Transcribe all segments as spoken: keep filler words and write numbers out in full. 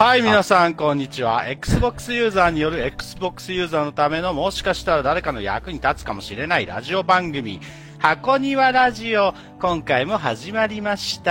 はい、皆さん、こんにちは。Xbox ユーザーによる Xbox ユーザーのための、もしかしたら誰かの役に立つかもしれないラジオ番組、箱庭ラジオ、今回も始まりました。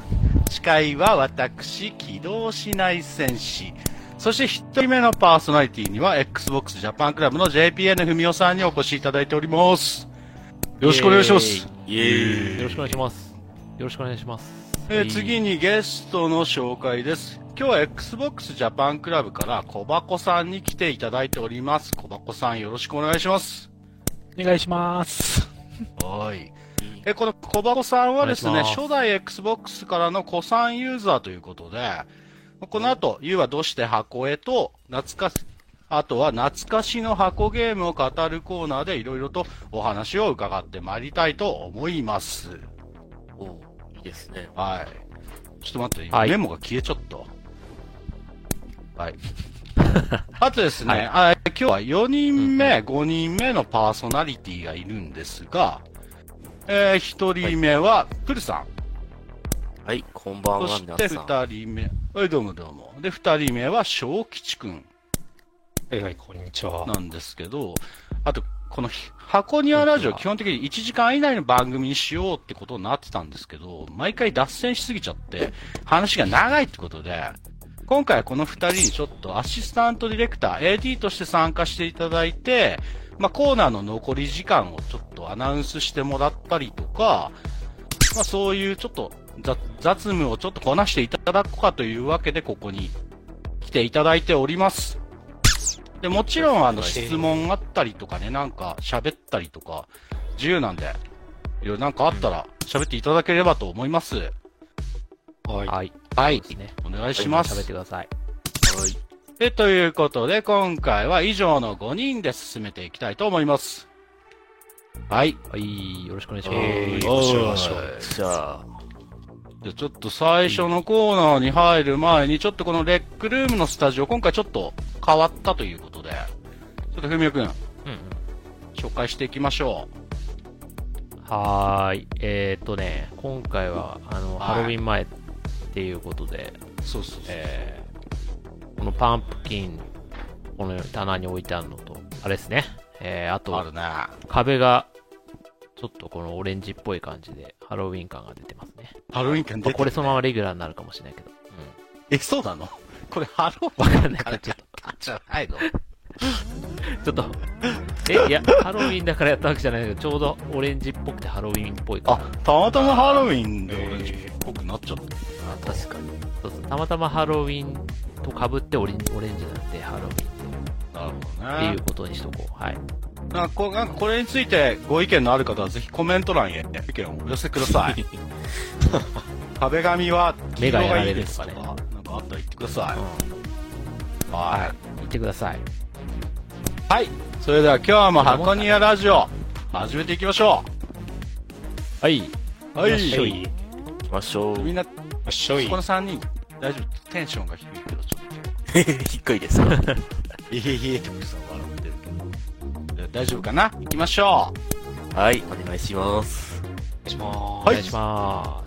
司会は私、機動しない戦士。そして一人目のパーソナリティには Xbox ジャパンクラブの ジェーピーエヌ ふみおさんにお越しいただいております。よろしくお願いします。 イエーイ。よろしくお願いします。よろしくお願いします。 えー、次にゲストの紹介です。今日は Xbox ジャパンクラブから小箱さんに来ていただいております。小箱さんよろしくお願いします。 お願いします。 はい。え、この小箱さんはですね、初代 Xbox からの古参ユーザーということで、この後、ユーはどうして箱へと、懐かし、あとは懐かしの箱ゲームを語るコーナーでいろいろとお話を伺ってまいりたいと思います。 おう、いいですね。 はい。ちょっと待って、 はい、 メモが消えちゃった。はい。あとですね、はい、あ今日はよにんめ、うん、ごにんめのパーソナリティがいるんですが、えー、ひとりめは、プルさん。 はい、こんばんは、皆さん。 そしてふたりめ、はい、どうもどうも。で、ふたりめは、小吉くん。 はいはい、こんにちは。 なんですけど、あと、この箱庭ラジオ、基本的にいちじかん以内の番組にしようってことになってたんですけど、毎回脱線しすぎちゃって、話が長いってことで、今回はこのふたりにちょっとアシスタントディレクター、エーディー として参加していただいて、まあ、コーナーの残り時間をちょっとアナウンスしてもらったりとか、まあ、そういうちょっと雑務をちょっとこなしていただくかというわけで、ここに来ていただいております。で、もちろんあの質問あったりとかね、なんか喋ったりとか、自由なんで、いろいろなんかあったら喋っていただければと思います。 はい。はい。 はい。ね、お願いします。 喋ってください。 はい。で、ということで、今回は以上のごにんで進めていきたいと思います。はい。 はい。よろしくお願いします。 えー、よろしくお願いします。じゃあ、じゃあちょっと最初のコーナーに入る前に、ちょっとこのレックルームのスタジオ、今回ちょっと変わったということで、ちょっとふみおくん、うんうん、紹介していきましょう。はーい。えーっとね、今回は、あの、ハロウィン前っていうことで、 そうそうそう。 えー、このパンプキン、この棚に置いてあるのと、あれですね。えー、あと、 あるね、 壁が、ちょっとこのオレンジっぽい感じで、ハロウィン感が出てますね。 ハロウィン感出てる、ね。 これそのままレギュラーになるかもしれないけど。うん、 え、そうなの？これハロウィンわかんないからちょっと。じゃないの？ ちょっっと、え、いや、ハロウィンだからやったわけじゃないけど、ちょうどオレンジっぽくてハロウィンっぽいから。 あ、たまたまハロウィンでオレンジっぽくなっちゃった。 あ、確かに。そうそう、たまたまハロウィンと被ってオレンジ、オレンジなんで、ハロウィンって。 なるほどね。 っていうことにしとこう。はい。 なんかこなんかこれについてご意見のある方はぜひコメント欄へ意見をお寄せください。壁紙は黄色がいいですとか、なんかあったら言ってください。うん、はい。 言ってください。 はい。それでは今日も箱庭ラジオ始めていきましょう。はい。 はい。 行きましょう。 みんな、このさんにん大丈夫？テンションが低いけどちょっと。 低いですか？ えへへってさ笑ってるけど。大丈夫かな？行きましょう。はい、お願いします。 お願いします。お願いします。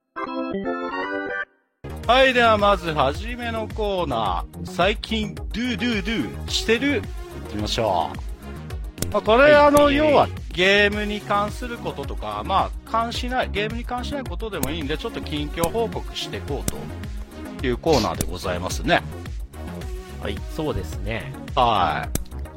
はい、ではまずはじめのコーナー、最近ドゥドゥドゥしてる？行きましょう。まあ、これ、はい、あの、要はゲームに関することとか、まあ、関しない、ゲームに関しないことでもいいんで、ちょっと近況報告していこうというコーナーでございますね。 はい、そうですね。 はい。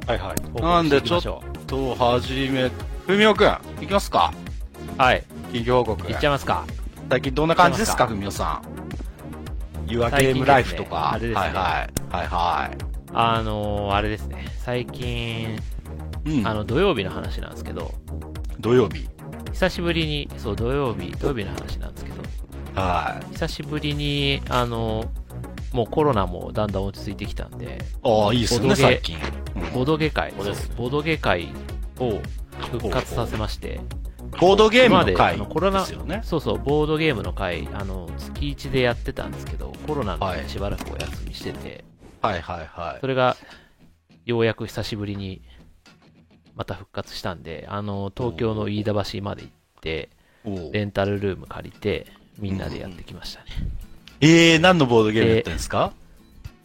はいはい。なんでちょっとはじめ、ふみおくん、いきますか？ はい。 近況報告。 いっちゃいますか？ 最近どんな感じですか、ふみおさん。ユアゲームライフとか。 あれですね。 はいはい。はいはい。 あのー、あれですね。最近、うん、あの、土曜日の話なんですけど。 土曜日久しぶりに、そう、土曜日、土曜日の話なんですけど。 はい。 久しぶりに、あのー、もうコロナもだんだん落ち着いてきたんで。 ああ、いいですね、最近。 ボドゲ会、ボドゲ会を復活させまして。 ボードゲームの会コロナですよね。 そうそう、ボードゲームの会、あの、月いちでやってたんですけど、コロナでしばらくお休みしてて。 はいはいはい。 それが、ようやく久しぶりに、また復活したんで、あの、東京の飯田橋まで行って、レンタルルーム借りて、みんなでやってきましたね。 えー、何のボードゲームやってるんですか？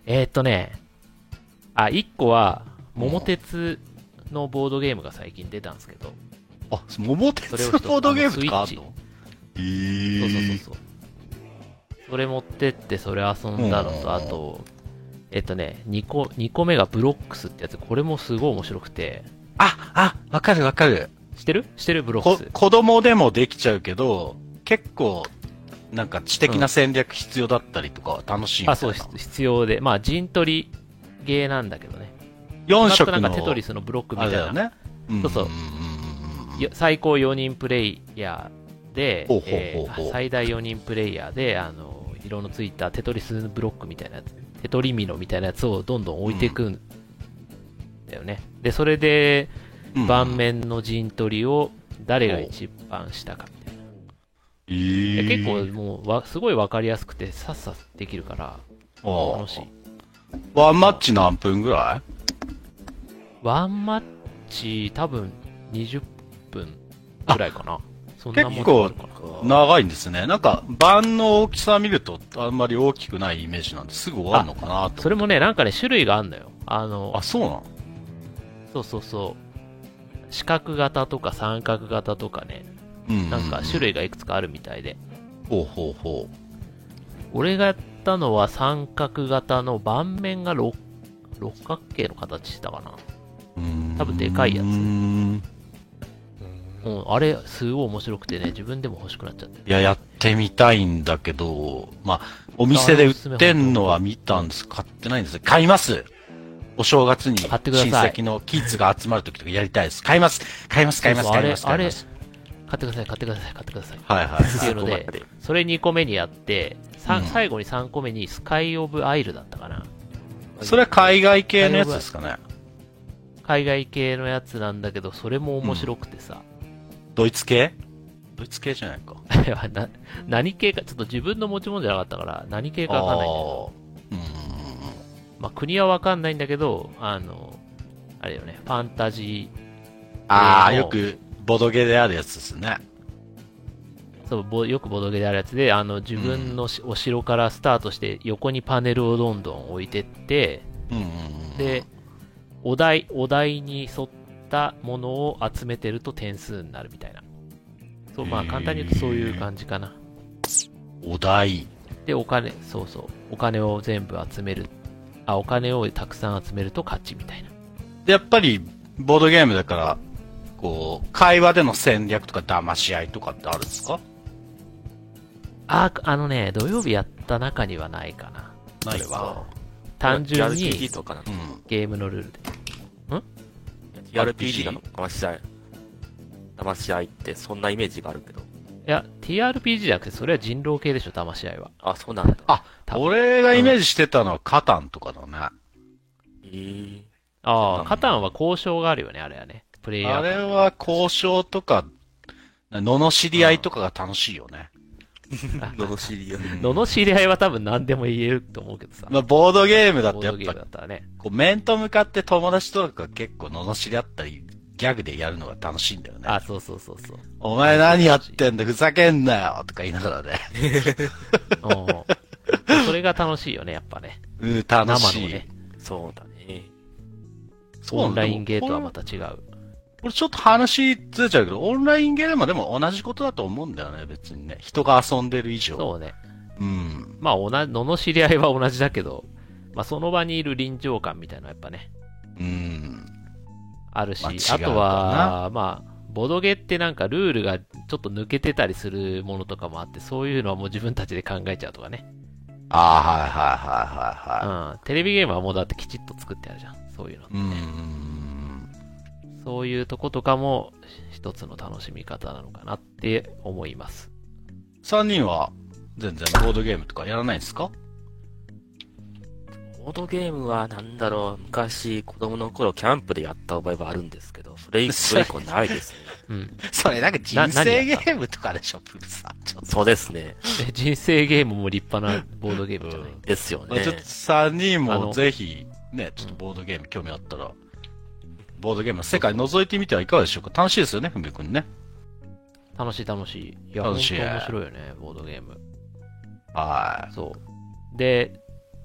えー、っとね、あ、いっこは、桃鉄のボードゲームが最近出たんですけど。 あ、桃鉄のボードゲームとかあるの？えー、 そうそうそうそう。それ持ってって、それ遊んだのと、あと、えっとね、2個、二個目がブロックスってやつ、これもすごい面白くて。 あ、あ、わかるわかる。 知ってる知ってるブロックス。 子供でもできちゃうけど、結構、なんか知的な戦略必要だったりとかは楽しいみたいな、 うん、あ、そう、必要で。まあ、陣取りゲーなんだけどね。 よん色の。 なんかテトリスのブロックみたいな。 あれだよね。 そうそう。最高よにんプレイヤーで、 ほうほうほうほうえー、最大よにんプレイヤーで、あの、色のついたテトリスブロックみたいなやつ、テトリミノみたいなやつをどんどん置いていくんだよね。うん、で、それで、盤面の陣取りを誰が一番したかみたいな。 えー、 結構もうわ、すごいわかりやすくて、さっさできるから、楽しい。 ワンマッチ何分ぐらい？ ワンマッチ、多分にじゅっぷんぐらいかな。そんなもん結構長いんですね。なんか、盤の大きさ見るとあんまり大きくないイメージなんですぐ終わるのかなと。 それもね、なんかね、種類があるんだよ。あの、 あ、そうなの？ そうそうそう。四角型とか三角型とかね、 うんうんうん、 なんか種類がいくつかあるみたいで。 ほうほうほう。 俺がやったのは三角型の盤面が 6, 六角形の形したかな。多分でかいやつ。うん、あれ、すごい面白くてね、自分でも欲しくなっちゃって。 いや、やってみたいんだけど、まあ、お店で売ってんのは見たんです。買ってないんです。買います。お正月に親戚のキッズが集まるときとかやりたいです。買います。買います、買います、買います。 あれ、あれ、買ってください、買ってください、買ってください。 はいはい。 っていうので、それにこめにやって、うん、最後にさんこめにスカイオブアイルだったかな。 それは海外系のやつですかね。 海外系のやつなんだけど、それも面白くてさ。 うん、ドイツ系ドイツ系じゃないか。 な何系か、ちょっと自分の持ち物じゃなかったから、何系かわかんないんだけど。まあ、国はわかんないんだけど、あの、あれよね、ファンタジー。 ああ、よくボドゲであるやつですね。 そう、よくボドゲであるやつで、あの、自分の、うん、お城からスタートして、横にパネルをどんどん置いてって、 うんうんうん、 で、お題、お題に沿ったものを集めてると点数になるみたいな。そう、まあ簡単に言うとそういう感じかな。 お題。 で、お金、そうそう。お金を全部集める。あ、お金をたくさん集めると勝ちみたいな。 で、やっぱり、ボードゲームだから、こう、会話での戦略とか騙し合いとかってあるんですか？ あ、あのね、土曜日やった中にはないかな。 ないわ。 単純に、 ティーアールピージー とかな、 うん、ゲームのルールで。んティーアールピージー の騙し合い。騙し合いってそんなイメージがあるけど。 いや、ティーアールピージー じゃなくて、それは人狼系でしょ、騙し合いは。 あ、そうなんだ。 あ、俺がイメージしてたのはカタンとかだね。 えー、 ああ、カタンは交渉があるよね、あれはね。プレイヤー。 あれは交渉とか、罵り合いとかが楽しいよね。 罵り合い。 罵り合いは多分何でも言えると思うけどさ。 まあ、ボードゲームだってやっぱ、 ボードゲームだったらね、 こう面と向かって友達とか結構罵り合ったり、ギャグでやるのが楽しいんだよね。 あ、そうそうそうそう。 お前何やってんだ、ふざけんなよとか言いながらね。 それが楽しいよね、やっぱね。 うん、楽しい。 生のね。 そうだね。 オンラインゲーとはまた違う。 これちょっと話ずれちゃうけど、オンラインゲームでも同じことだと思うんだよね、別にね。人が遊んでる以上。 そうね。 うん。 まあ、同じ、罵り合いは同じだけど、まあ、その場にいる臨場感みたいなのはやっぱね。 うん。 あるし、 まあ、 あとは、まあ、ボドゲってなんかルールがちょっと抜けてたりするものとかもあって、そういうのはもう自分たちで考えちゃうとかね。 ああ、はいはいはいはいはい。 うん。テレビゲームはもうだってきちっと作ってあるじゃん。そういうのって、ね。 うん。 そういうとことかも一つの楽しみ方なのかなって思います。 さんにんは全然ボードゲームとかやらないんですか？ ボードゲームはなんだろう、昔子供の頃キャンプでやった覚えはあるんですけど、それ以降ないですね。 うん。 それなんか人生ゲームとかでしょ、プルさん。 そうですね。 人生ゲームも立派なボードゲームじゃない、うん、 ですよね。 ちょっとさんにんもぜひ、ね、ちょっとボードゲーム興味あったら、ボードゲームの世界覗いてみてはいかがでしょうか。楽しいですよね、ふみくんね。 楽しい楽しい。いや、 楽しい。 本当面白いよね、ボードゲーム。 はい。 そう。で、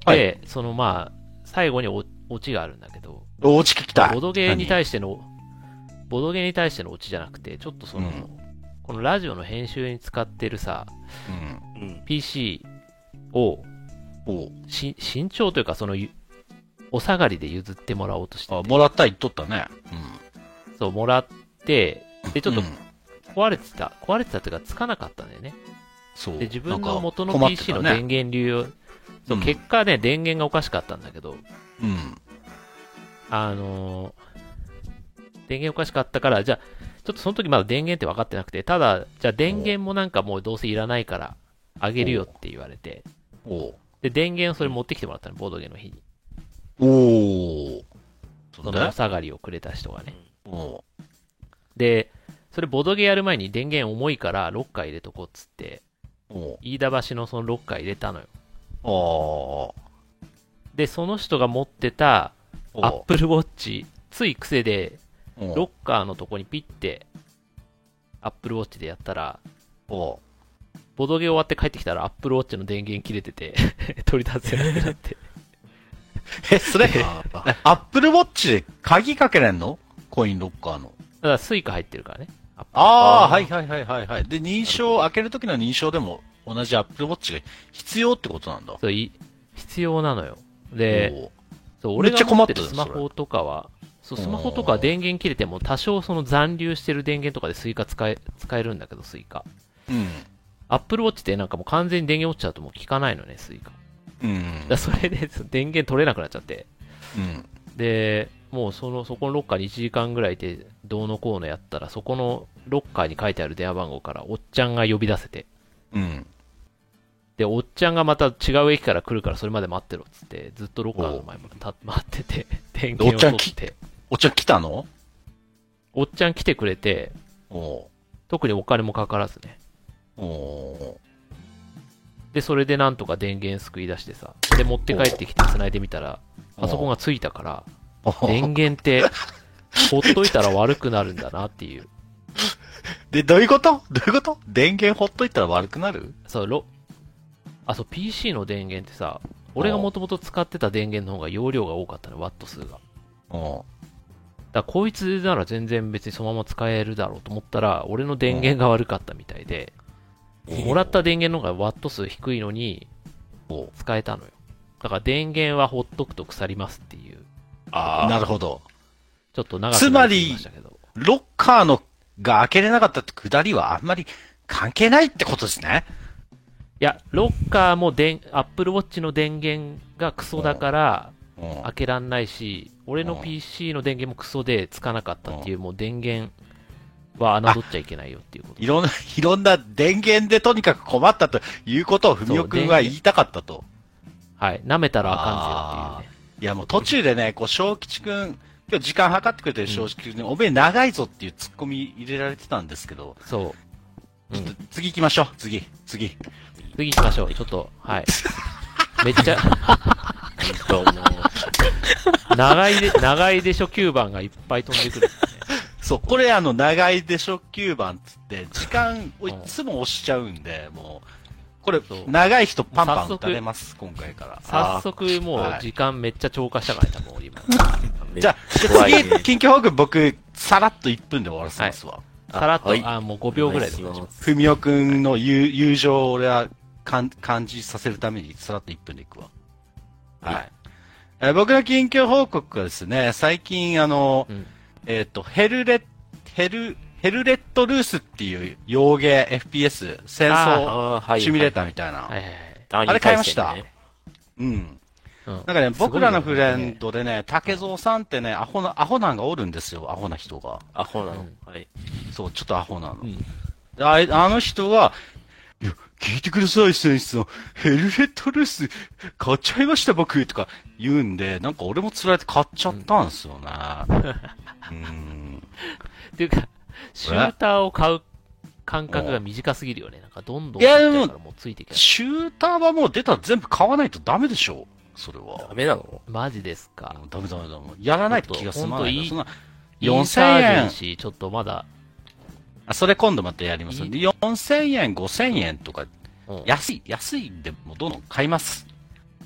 で、そのまあ、最後におオチがあるんだけど、 お家聞きたい。 ボドゲーに対しての、ボドゲーに対してのオチじゃなくて、ちょっとその、 うんこのラジオの編集に使ってるさ、 うん。 うん。 ピーシー を、 おし新調というか、その、ゆお下がりで譲ってもらおうとしてあ、 て、 もらった言っとったね。 そう、もらって、で、ちょっとうん壊れてた、壊れてたっていうか、つかなかったんだよね。 そう。 で、自分なんかの元の困っピーシー のてたね電源流用、そう、 うん結果ね、電源がおかしかったんだけど、 うん。 あのー電源おかしかったから、じゃあ、ちょっとその時まだ電源って分かってなくて、ただ、じゃあ電源もなんかもうどうせいらないから、あげるよって言われて、 おで、電源をそれ持ってきてもらったの、ボードゲーの日に。 おー。そそのお下がりをくれた人がね。 おで、それボードゲーやる前に電源重いからロッカー入れとこうっつって、 お飯田橋のそのロッカー入れたのよ。 おで、その人が持ってたおアップルウォッチ、つい癖で、 おロッカーのとこにピッて、アップルウォッチでやったら、 おボドゲ終わって帰ってきたらアップルウォッチの電源切れてて、取り出せなくなって。 え、それ、アップルウォッチで鍵かけれんのコインロッカーの。 だからスイカ入ってるからね。 ああ、 あーはいはいはいはいはい。で、認証、開けるときの認証でも同じアップルウォッチが必要ってことなんだ。 そうい必要なのよ。で、 おーそう俺めっちゃが持ってる困ったよスマホとかは、そう、 うんスマホとか電源切れても多少その残留してる電源とかでスイカ使え、使えるんだけど、スイカ。 うん。 アップルウォッチってなんかもう完全に電源落ちちゃうともう効かないのね、スイカ。 うんだからそれでその電源取れなくなっちゃって。 うん。 で、もうその、そこのロッカーにいちじかんぐらいでどうのこうのやったら、そこのロッカーに書いてある電話番号からおっちゃんが呼び出せて、 うん。 で、おっちゃんがまた違う駅から来るからそれまで待ってろっつって、ずっとロッカーの前までた待ってて、電源を取って、 お茶来たのおっちゃん来てくれて、 お特にお金もかからずね。 ーおで、それでなんとか電源救い出してさ、で、持って帰ってきて繋いでみたら、パソコンがついたから、 ー電源って、ほっといたら悪くなるんだなっていう。 で、どういうことどういうこと電源ほっといたら悪くなるそう、ロ、あ、そう、ピーシー の電源ってさ、俺がもともと使ってた電源の方が容量が多かったの、ワット数が。だかおらこいつなら全然別にそのまま使えるだろうと思ったら、俺の電源が悪かったみたいで、もらった電源の方がワット数低いのに、使えたのよ。だから電源はほっとくと腐りますっていう、 ああ、なるほど。 ちょっと長くなりましたけど。 ロッカーのが開けれなかったってくだりはあんまり関係ないってことですね。 いや、ロッカーも電、アップルウォッチの電源がクソだから、 うん開けらんないし、俺の ピーシー の電源もクソでつかなかったっていう、もう電源は侮っちゃいけないよっていうこと。 いろんな、いろんな電源でとにかく困ったということをふみおくんは言いたかったと。 はい。舐めたらあかんぜよっていうね。 いやもう途中でね、こう、小吉くん、今日時間計ってくれてる小吉くんに、おめえ長いぞっていうツッコミ入れられてたんですけど、 そう。うんちょっと次行きましょう。次、次。 次行きましょう。ちょっと、はい。めっちゃ、 本当もう、 長いで、長いでしょきゅうばんがいっぱい飛んでくるんですね。 そう、これあの、長いでしょきゅうばんつって、時間をいつも押しちゃうんで、もう、これそう、 長い人パンパン早速打たれます、今回から。 早速もう時間めっちゃ超過したからね、もう今。 じゃあ、じゃあ怖いね次、近況報告僕、さらっといっぷんで終わらせますわ。 さらっと、 はいあ、もうごびょうぐらいでお願いします。 ふみおくんの友友情を俺は感感じさせるために、さらっといっぷんでいくわ。はい。えー僕の近況報告はですね、最近あの、 うんえっ、と、ヘルレ、ヘル、ヘルレットルースっていう洋芸 エフピーエス、戦争あーはいシミュレーターみたいな。 はいはいはい。 ああれ買いましたねうん。 うんなんかね、 すごいよ僕らのフレンドでね、竹蔵さんってね、アホな、アホなんがおるんですよ、アホな人が。 アホなのうん。 はい。 そう、ちょっとアホなの。 うんであいあの人が、いや、聞いてください、選手さん。ヘルレットルース、買っちゃいました、僕、とか言うんで、なんか俺も釣られて買っちゃったんですよね。うん。 っていうか、シューターを買う感覚が短すぎるよね。なんかどんどんいや買っちゃうからもうついてきちゃシューターはもう出たら全部買わないとダメでしょ。それはダ。メなのう。マジですか。 ダメダメダメ。やらないと気が済まないから。 ほんとそんな、 イン 4000 サージェ円ン。シーちょっとまだ、 あ、それ今度またやりますんで、よんせんえん、ごせんえんとか、 うん安い、安いんでもうどんどん買います。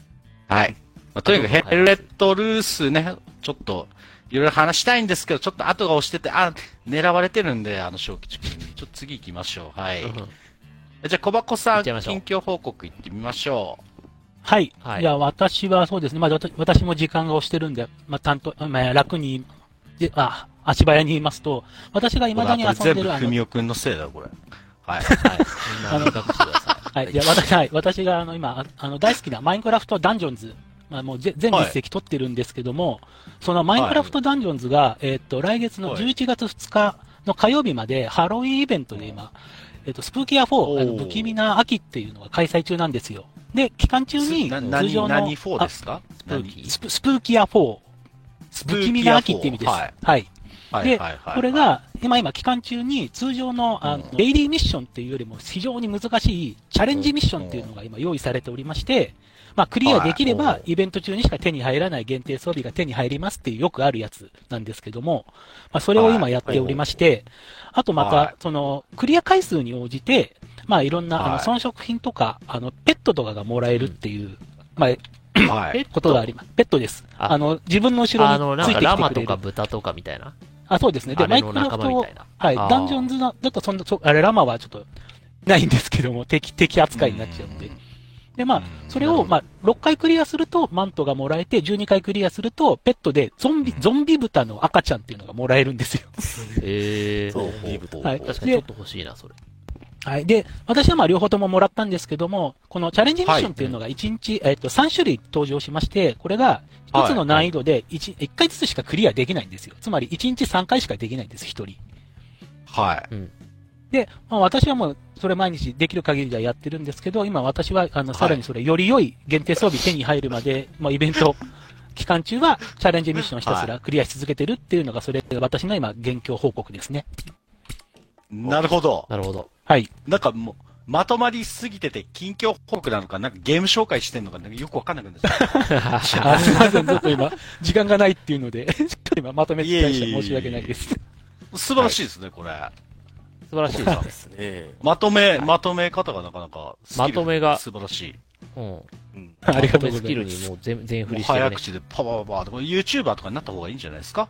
はい。まあ、とにかくヘルレットルースね、ちょっと、いろいろ話したいんですけど、ちょっと後が押してて、あ、狙われてるんで、あの、小吉君に。ちょっと次行きましょう。はい。じゃあ、小箱さん、近況報告行ってみましょう。 はい。はい、じゃあ、私はそうですね。まあ、私も時間が押してるんで、まあ、担当、まあ、楽に、で、あ、足早に言いますと、私が未だに遊んでる、 あの、全部、ふみおくんのせいだ、これ。はい。はい。 あの、はい。じゃあ、私、はい。私が、あの、今、あの、大好きなマインクラフトダンジョンズ。まあ、もう全実績取ってるんですけども、はい、そのマインクラフトダンジョンズが、はい、えっと、来月のじゅういちがつふつかの火曜日まで、ハロウィンイベントで今、えっと、スプーキアフォー、あの、不気味な秋っていうのが開催中なんですよ。で、期間中に、通常の、 何フォーですか？ スプーキースプ、スプーキアフォー。不気味な秋って意味です。はい。はいで、これが、今今期間中に通常の、あの、デイリーミッションっていうよりも非常に難しいチャレンジミッションっていうのが今用意されておりまして、まあ、クリアできれば、イベント中にしか手に入らない限定装備が手に入りますっていうよくあるやつなんですけども、まあ、それを今やっておりまして、あとまた、その、クリア回数に応じて、まあ、いろんな、あの、装飾品とか、あの、ペットとかがもらえるっていう、まあ、はい、ことがあります。ペットです。あの、自分の後ろについてきてくれる。あの、なんかラマとか豚とかみたいな。 あ、そうですね。で、マイクラフト、はい、ダンジョンズだとそんな、そあれ、ラマはちょっと、ないんですけども、敵、敵扱いになっちゃうんで。で、まあ、それを、まあ、ろっかいクリアすると、マントがもらえて、じゅうにかいクリアすると、ペットで、ゾンビ、ゾンビ豚の赤ちゃんっていうのがもらえるんですよ。 へえー。ゾンビ豚。はい。確かにちょっと欲しいな、それ。 はい。で、私はまあ両方とももらったんですけども、このチャレンジミッションっていうのがいちにち、はい、えっと、さんしゅるい登場しまして、これがひとつの難易度で 1, いっかいずつしかクリアできないんですよ。つまりいちにちさんかいしかできないんです、ひとり。 はい。 うんで、まあ、私はもう、それ毎日できる限りではやってるんですけど、今私は、あの、さらにそれ、より良い限定装備手に入るまで、まあ、イベント期間中は、チャレンジミッションひたすらクリアし続けてるっていうのが、それが私の今、現況報告ですね。 なるほど。 なるほど。 はい。 なんかもう、まとまりすぎてて、近況報告なのか、なんかゲーム紹介してんのか、なんかよくわかんなくなってあ、すみません、ちょっと今、時間がないっていうので、ちょっと今、まとめて申し訳ないです。 素晴らしいですね、これ。 素晴らしいですね。 まとめ、まとめ方がなかなか、 まとめが素晴らしい。 うん。 うん。ありがとうございます。スキルにもう全、全振りしてる、ね。 早口でパパパパとか、YouTuber とかになった方がいいんじゃないですか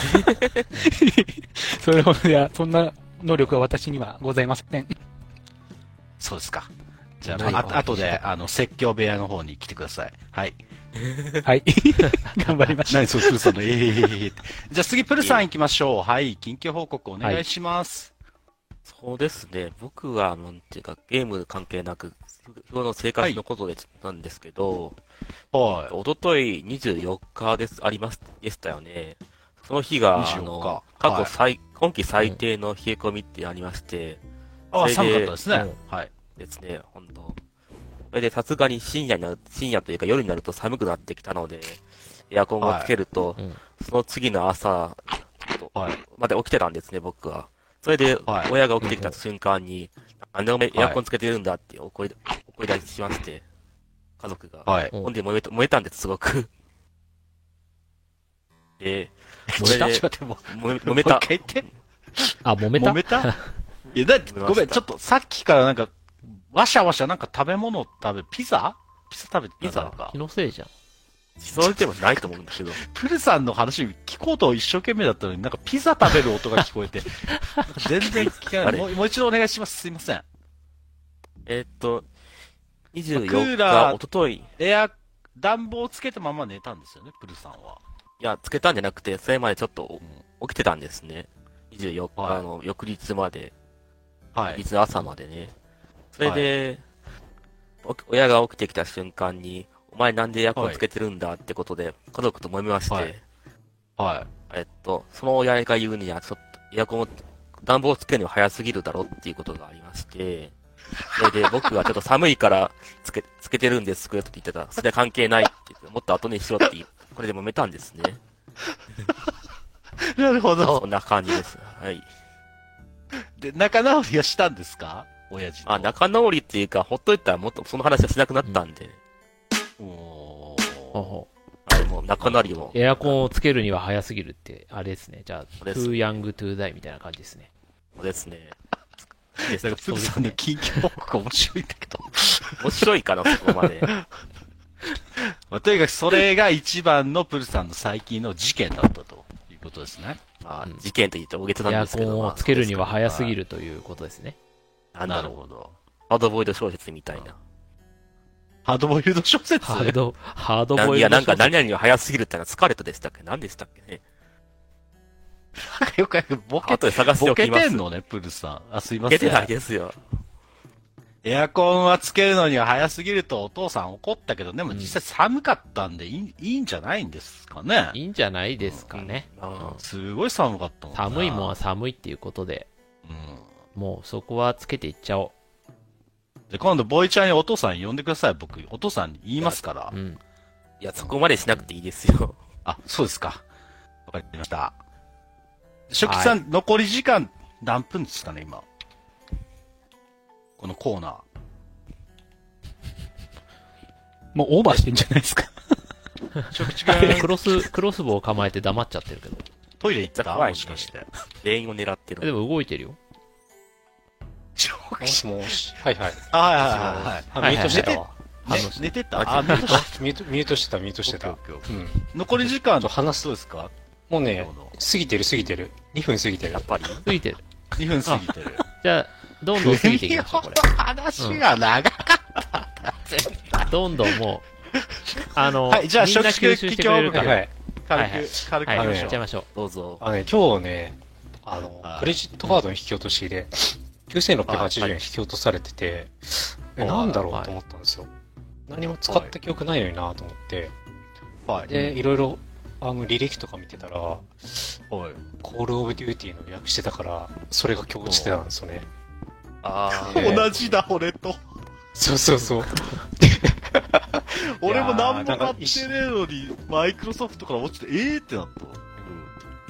それほど、いや、そんな能力は私にはございません。 そうですか。じゃあ、あ、あとで、あの、説教部屋の方に来てください。はい。 はい。頑張りましょう。 何それ、プルさんの、ええー、じゃあ次、プルさん行きましょう。はい。近況報告お願いします。 はい、そうですね。僕は、なんていうか、ゲーム関係なく、日頃の生活のことで、なんですけど、はい。おとといにじゅうよっかです、あります、でしたよね。その日が、あの、過去最、はい、今季最低の冷え込みってありまして、 うん、あ、寒かったですね。うん、はい。 ですね、本当。それで、さすがに深夜になる、深夜というか夜になると寒くなってきたので、エアコンをつけると、はい、その次の朝、はい、まで起きてたんですね、僕は。それで、親が起きてきた瞬間に、なんでお前エアコンつけてるんだって怒り、怒り出しまして、家族が。はい。ほんで燃えた、燃えたんです、すごく。で、 それで、 揉めた。 あ、揉めた揉めたいや、だって、ごめん、ちょっとさっきからなんか、わしゃわしゃなんか食べ物食べ、ピザピザ食べてピザか。 気のせいじゃん。 そうでもないと思うんだけど。 プルさんの話聞こうと一生懸命だったのに、なんかピザ食べる音が聞こえて、全然聞かないもう。もう一度お願いします。すいません。 えー、っと、にじゅうよっか、おととい。 エア、暖房つけたまま寝たんですよね、プルさんは。 いや、つけたんじゃなくて、それまでちょっと、起きてたんですね。にじゅうよっかの翌日まで。はい。翌日の朝までね。それで、はい、親が起きてきた瞬間に、お前なんでエアコンつけてるんだってことで、家族と揉めまして、はい。はい、えっと、その親が言うには、ちょっと、エアコンを、暖房つけるには早すぎるだろっていうことがありまして、それで僕はちょっと寒いからつけ、つけてるんですって言ってた。それは関係ないって言って、もっと後にしろって言う。これで揉めたんですね。 なるほど。 そんな感じです。はい。 で、仲直りはしたんですか親父と。 あ、仲直りっていうか、ほっといたらもっとその話はしなくなったんで。うん、おー。はい、もう仲直りも。 エアコンをつけるには早すぎるって、あれですね。じゃあ、too young to die みたいな感じですね。 そうですね。 なんか、プルさんの近況報告面白いんだけど。 面白いかな、そこまで。 まあ、とにかくそれが一番のプルさんの最近の事件だったということですね。 まあ、事件と言って大げさなんですけど。 エアコンをつけるには早すぎるということですね。 なんだろう。ハードボイルド小説みたいな。 ハードボイルド小説ハード、ハードボイルド小説。 いや、なんか何々には早すぎるってのはスカーレットでしたっけ？何でしたっけね。 よくボケ、 後で探しておきます。 ボケてんのね、プルさん。あ、すいません。 ボケてないですよ。 エアコンはつけるのには早すぎるとお父さん怒ったけど、でも実際寒かったんでいい、いいんじゃないんですかね。 いいんじゃないですかね。 うん、すごい寒かったもんな。 寒いもんは寒いっていうことで、うん、もうそこはつけていっちゃおう。で、今度ボイちゃんにお父さん呼んでください。僕、お父さんに言いますから。 うん。いや、そこまでしなくていいですよ。 あ、そうですか。わかりました。初期さん、はい、残り時間何分ですかね、今。このコーナー。 もうオーバーしてんじゃないですか。 初期がクロス、クロスボウを構えて黙っちゃってるけど。 トイレ行ったら、もしかして。 全員を狙ってる。 でも動いてるよ。 もしもし。はいはい。 あ、はいはいはい。 ミュートしてたわ。 寝てたあ、ミュートしてた。 ミュートしてた、ミュートしてた。 残り時間と話すそうですか？ もうね、過ぎてる過ぎてる。にふん過ぎてる。 やっぱり。 過ぎてる。 にふん過ぎてる。 じゃあ、どんどん過ぎていきましょう、これ。 話が長かった。 どんどんもう、あの、 はい、じゃあ、初期吸収してくれるから。 はい。 軽く、 軽くやっちゃいましょう。 どうぞ。 あのね、今日ね、あの、クレジットカードの引き落としで、きゅうせんろっぴゃくはちじゅうえん引き落とされてて、え、なんだろうと思ったんですよ。何も使った記憶ないのになと思って、で、いろいろ、あの、履歴とか見てたら、コールオブデューティーの予約してたから、それが今日落ちてたんですよね。 ああ、同じだ、俺と。 そうそうそう。 俺も何も買ってねえのに、マイクロソフトから落ちて、ええー、ってなった。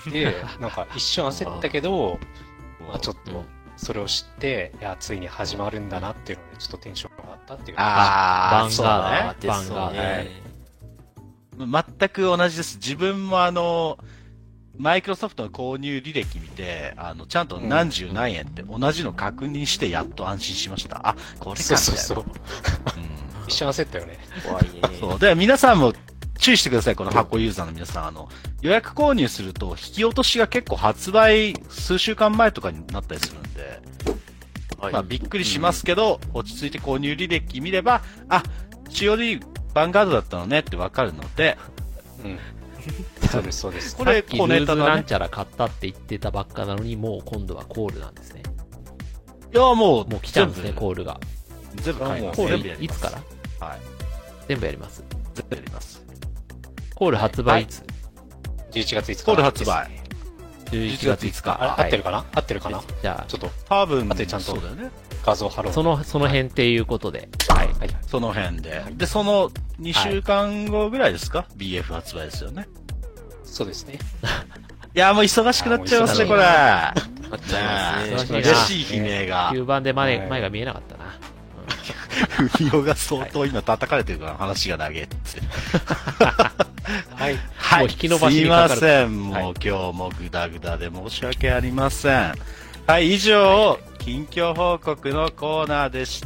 で、なんか一瞬焦ったけど、まあちょっと、それを知って、いや、ついに始まるんだなっていうので、ちょっとテンションがあったっていう。 ああ、バンガード、バンガード。全く同じです。自分もあの、マイクロソフトの購入履歴見て、あの、ちゃんと何十何円って同じの確認してやっと安心しました。あ、これか。 そうそうそう。一瞬焦ったよね。 怖いね。 そう。で、皆さんも注意してください、この箱ユーザーの皆さん。あの、予約購入すると、引き落としが結構発売数週間前とかになったりするんで、はい、まあ、びっくりしますけど、うん、落ち着いて購入履歴見れば、あ、シーオーディー ヴァンガードだったのねってわかるので、 うん。そうです、そうです。 これ、小ネタだね。なんちゃら買ったって言ってたばっかなのに、もう今度はコールなんですね。 いや、もう、 もう来ちゃうんですね、コールが。 全部買います。 コールいつからはい。 全部やります。 全部やります。 コール発売いつ？ じゅういちがついつか。 コール発売。 じゅういちがついつか。 あ、合ってるかな合ってるかなじゃあ、 ちょっと、 多分、 あとちゃんとそうだよね。 画像貼ろう。 その、その辺っていうことで。 はい。その辺で。で、そのにしゅうかんごぐらいですか ?ビーエフ 発売ですよね。 そうですね。 いや、もう忙しくなっちゃいますね、これ。 なっちゃいますね。 嬉しい悲鳴が。 きゅうばんで前前が見えなかったな。 ふみおが相当今叩かれてるから話が長えって。 はい。 はい。 もう引き伸ばしにかかる。 すいません。もう、はい、今日もグダグダで申し訳ありません。はい、以上、はい、近況報告のコーナーでした。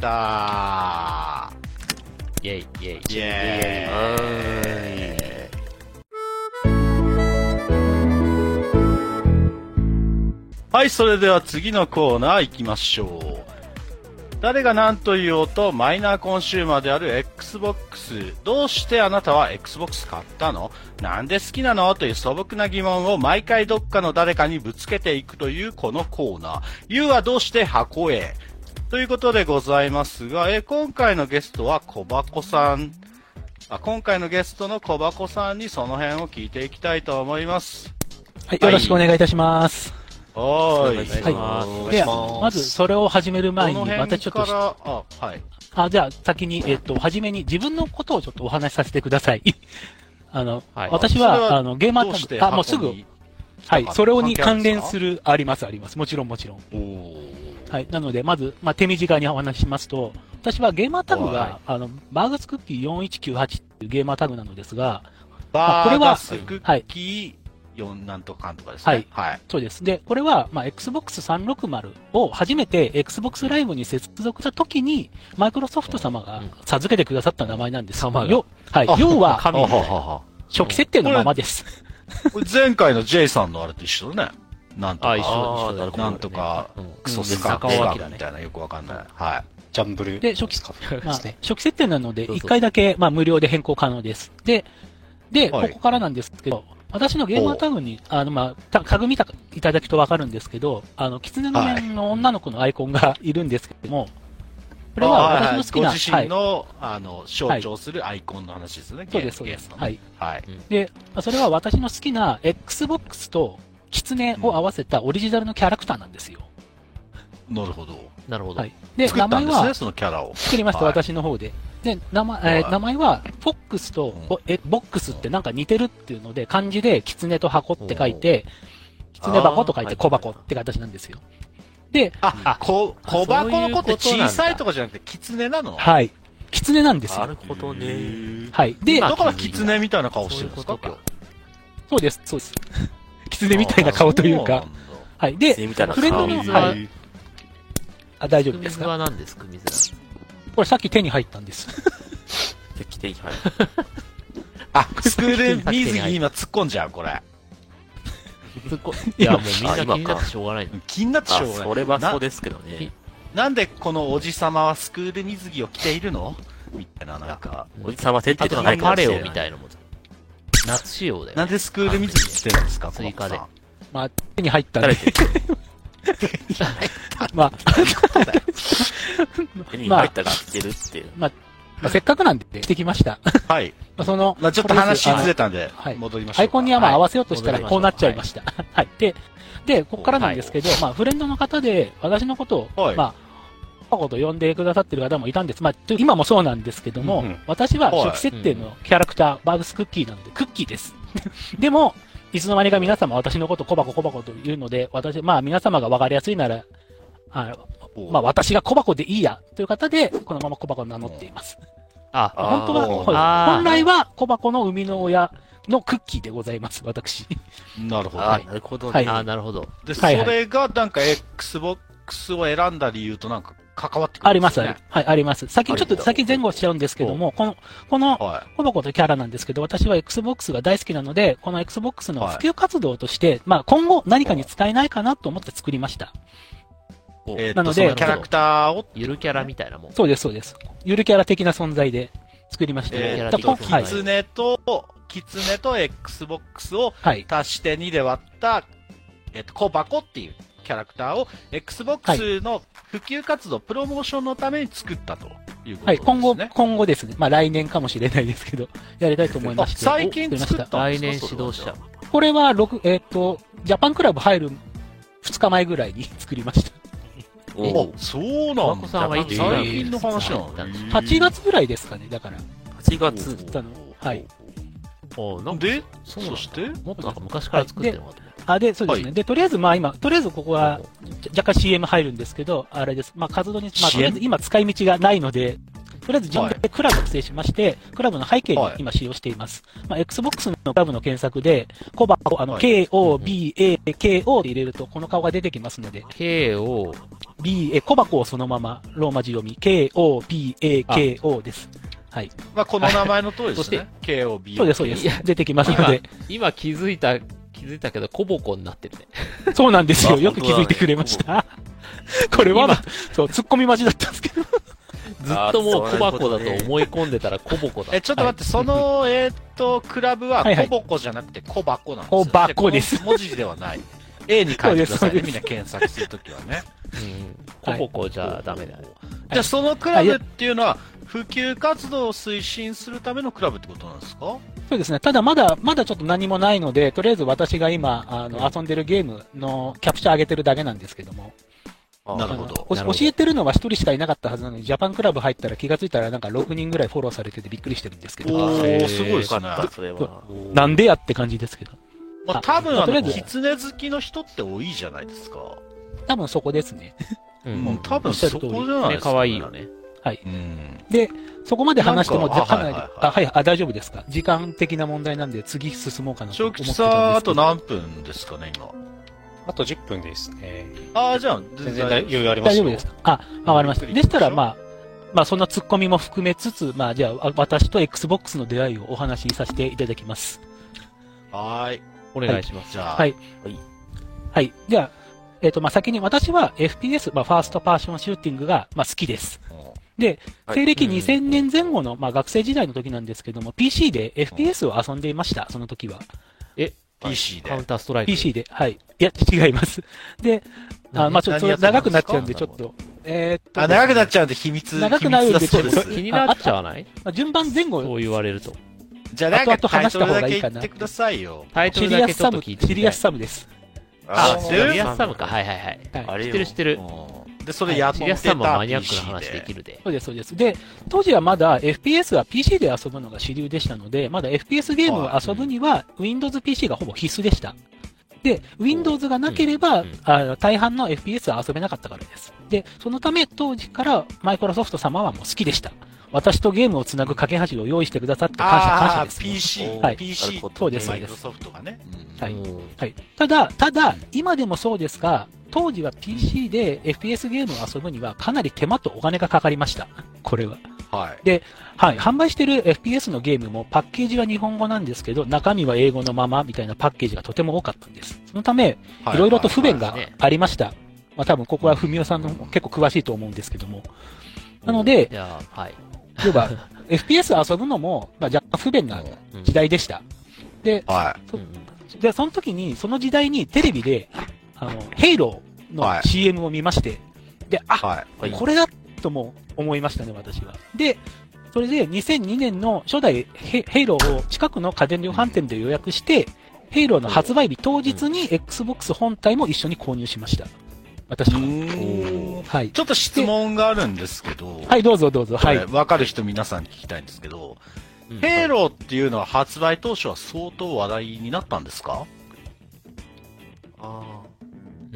イェイ、イェイ、イェイ。 イェイ。はい、それでは次のコーナー行きましょう。誰が何と言おうとマイナーコンシューマーである Xbox。どうしてあなたは Xbox 買ったの？なんで好きなの？という素朴な疑問を毎回どっかの誰かにぶつけていくというこのコーナー。You はどうして箱へ？ということでございますが、え今回のゲストは小箱さん。あ今回のゲストの小箱さんにその辺を聞いていきたいと思います。 はい、よろしくお願いいたします。 はい。 はい。では、まずそれを始める前に、またちょっと、 あ、はい。 あ、じゃあ先に、えっと、初めに自分のことをちょっとお話しさせてください。あの、はい、私は、あの、ゲーマータグ、あ、もうすぐ、はい、それに関連する、あります、あります。もちろん、もちろん。はい。なので、まず、まあ、手短にお話ししますと、私はゲーマータグが、あの、バーガスクッキーよんいちきゅうはちっていうゲーマータグなのですが、 バーガスクッキーよんなんとかかんとかですね。はい。はい。 そうです。で、これは、まあ、エックスボックスさんびゃくろくじゅう を初めて Xbox Live に接続した時に、マイクロソフト様が授けてくださった名前なんです。様が。はい。要は、初期設定のままです。 前回の J さんのあれと一緒だね。なんとか、なんとか、クソスカーみたいなよくわかんない。はい。 ジャンブル。 で、初期、まあ、初期設定なので、一回だけ、まあ、無料で変更可能です。で、で、ここからなんですけど、私のゲーマータグに、あの、まあ、タグ見たいただくとわかるんですけど、あの、狐の面の女の子のアイコンがいるんですけども、 これは私の好きな、ご自身の、あの、象徴するアイコンの話ですね。 そうです、そうです。はい。 はい。 で、それは私の好きな Xbox と狐を合わせたオリジナルのキャラクターなんですよ。 なるほど。 なるほど。はい。 で、名前は、 そのキャラを。 作りました、私の方で。で、名前、えー、名前は、フォックスと、え、ボックスってなんか似てるっていうので、漢字で、狐と箱って書いて、狐箱と書いて小箱って形なんですよ。で、 あ、あ、小、小箱の子って小さいとかじゃなくて、狐なの？ はい。狐なんですよ。 なるほどね。 はい。で、 だから狐みたいな顔してるんですか？ そうです、そうです。狐みたいな顔というか。はい。で、フレンドの、はい。あ、大丈夫ですか？ 水は何ですか？水は。 これさっき手に入ったんです。さっき手に入った。 あ、スクール水着今突っ込んじゃう、これ。 突っ込いや、もうみんな気になってしょうがない。 気になってしょうがない。 それはそうですけどね。 なんでこのおじさまはスクール水着を着ているのみたいな、なんか。 おじさま設定とかないかもしれない。パレオみたいなもん。夏仕様だよ。 なんでスクール水着着てるんですか？ 追加で。 まあ、手に入ったんで。まあ、 手に入ったら着てるっていう。 まあ、まあ、せっかくなんで着てきました。 はい。 まあ、その、 まあ、ちょっと話ずれたんで、戻りましょう。 アイコンにはまあ合わせようとしたらこうなっちゃいました。はい。で、で、ここからなんですけど、まあ、フレンドの方で、私のことを、まあ、パコと呼んでくださってる方もいたんです。まあ、今もそうなんですけども、私は初期設定のキャラクター、バーグスクッキーなので、クッキーです。でも、いつの間にか皆様私のこと小箱小箱と言うので、私、まあ皆様が分かりやすいなら、あまあ私が小箱でいいやという方で、このまま小箱を名乗っています。 あ、 本当は、本来は小箱の生みの親のクッキーでございます、私。 なるほど。 なるほど。 はい。あ、なるほど。 で、それがなんか Xbox を選んだ理由となんか関わってくるんですね。 あります、はい、あります。先、ちょっと先前後しちゃうんですけども、この、この、小箱とキャラなんですけど、私は Xbox が大好きなので、この Xbox の普及活動として、まあ今後何かに使えないかなと思って作りました。 なので、キャラクターを。 ゆるキャラみたいなもん。 そうです、そうです。ゆるキャラ的な存在で作りました。 えー、キツネと、キツネと Xbox を足してにで割った、えっと、小箱っていうキャラクターを Xbox の普及活動、プロモーションのために作ったということですね。はい、 今後、今後ですね。まあ来年かもしれないですけど、やりたいと思いまして。 最近作った来年指導者。 これは、六えっと、ジャパンクラブ入るふつかまえぐらいに作りました。 おそうなんだ。 さんはいつ最近の話なのはちがつぐらいですかね、だから。はちがつはい。 で、そしてもっとなんか昔から作ってるのかと思って。 あ、で、そうですね。はい、で、とりあえず、まあ今、とりあえずここは、若干 シーエム 入るんですけど、あれです。まあ活動に、まあとりあえず今使い道がないので、とりあえず自分でクラブを作成しまして、クラブの背景に今使用しています。はい、まあ Xbox のクラブの検索で、コバを、あの、ケーオービーエーケーオー で入れると、この顔が出てきますので。 ケーオービー、え、小箱をそのまま、ローマ字読み、ケーオービーエーケーオー です。はい。 まあこの名前の通りですね。ケーオービーエー。 そうです、そうです。出てきますので。 今気づいた、気づいたけど、コボコになってるね。 そうなんですよ。よく気づいてくれました。これは、そう、突っ込み待ちだったんですけど。 ずっともう小箱だと思い込んでたら小箱だ。 え、ちょっと待って、その、えっと、クラブは小箱じゃなくて小箱なんですよ。 小箱です。 文字ではない。A に書いてくださいね。みんな検索するときはね。 うん。小箱じゃダメだね。 じゃあそのクラブっていうのは、普及活動を推進するためのクラブってことなんですか？ そうですね。ただまだ、まだちょっと何もないので、とりあえず私が今、あの、遊んでるゲームのキャプチャー上げてるだけなんですけども。 なるほど。 教えてるのは一人しかいなかったはずなのに、ジャパンクラブ入ったら気がついたらなんかろくにんぐらいフォローされててびっくりしてるんですけど。 おー、すごいですね。 なんでやって感じですけど。 まあ多分あの、キツネ好きの人って多いじゃないですか。 多分そこですね。 うん、多分そこじゃないですか。 可愛いよね。 はい。で、そこまで話しても、かなり、あ、はい、あ、大丈夫ですか。時間的な問題なんで、次進もうかなと思ってたんですけど。 正吉さん、あと何分ですかね、今。 あとじゅっぷんですね。 ああ、じゃあ、 全然余裕あります。 大丈夫ですか。あ、わかりました。でしたら、まあ、まあ、そんな突っ込みも含めつつ、まあ、じゃあ、私と Xbox の出会いをお話しさせていただきます。 はい。 お願いします。 じゃあ。はい。 はい。 はい。じゃあ、えっと、まあ、先に私は エフピーエス、まあ、ファーストパーションシューティングが、まあ、好きです。で、西暦にせんねんぜん後の、まあ、学生時代の時なんですけども、ピーシー で エフピーエス を遊んでいました、その時は。 え、 ピーシー でカウンターストライクピーシー で、はい。いや、違います。で、あまあ、ちょっと長くなっちゃうんで、ちょっと。えっと。 あ、長くなっちゃうんで秘密。 長くなるんで、 ちょっと。 気になっちゃわない？ まあ、順番前後。 そう言われると。 じゃあ、なんかタイトルだけ言ってくださいよ。 タイトルだけちょっと聞いて。 シリアスサムです。 あ、シリアスサムか。はいはいはい。知ってる知ってる。 で、それやってたシリアスサムはマニアックな話できるで。 そうです、そうです。で、当時はまだ エフピーエス は ピーシー で遊ぶのが主流でしたので、まだ エフピーエス ゲームを遊ぶには Windows ピーシー がほぼ必須でした。で、Windows がなければ、あ大半の エフピーエス は遊べなかったからです。で、そのため当時からマイクロソフト様はもう好きでした。私とゲームをつなぐ架け橋を用意してくださって感謝感謝です、 ね。ピーシー、 はい。 ピーシー、 そうです、そうマイクロです。 ソフトがね。 はい。はい。ただ、ただ、今でもそうですが、当時は ピーシー で エフピーエス ゲームを遊ぶにはかなり手間とお金がかかりました。これは。 はい。 で、はい。販売してる エフピーエス のゲームもパッケージは日本語なんですけど、中身は英語のままみたいなパッケージがとても多かったんです。そのため、いろいろと不便がありました。まあ多分ここはふみおさんの結構詳しいと思うんですけども。なので、 はい。 要は、エフピーエス 遊ぶのも、まあ若干不便な時代でした。で、 はい。で、その時に、その時代にテレビで、あの、ヘイローの シーエム を見まして、で、あ、はい、これだとも思いましたね、私は。で、それでにせんにねんの初代ヘイローを近くの家電量販店で予約して、ヘイローの発売日当日に Xbox 本体も一緒に購入しました。私は。はい。 ちょっと質問があるんですけど。 はい、どうぞどうぞ。はい。 わかる人皆さんに聞きたいんですけど、うん、ヘイローっていうのは発売当初は相当話題になったんですか？ ああ。 うん。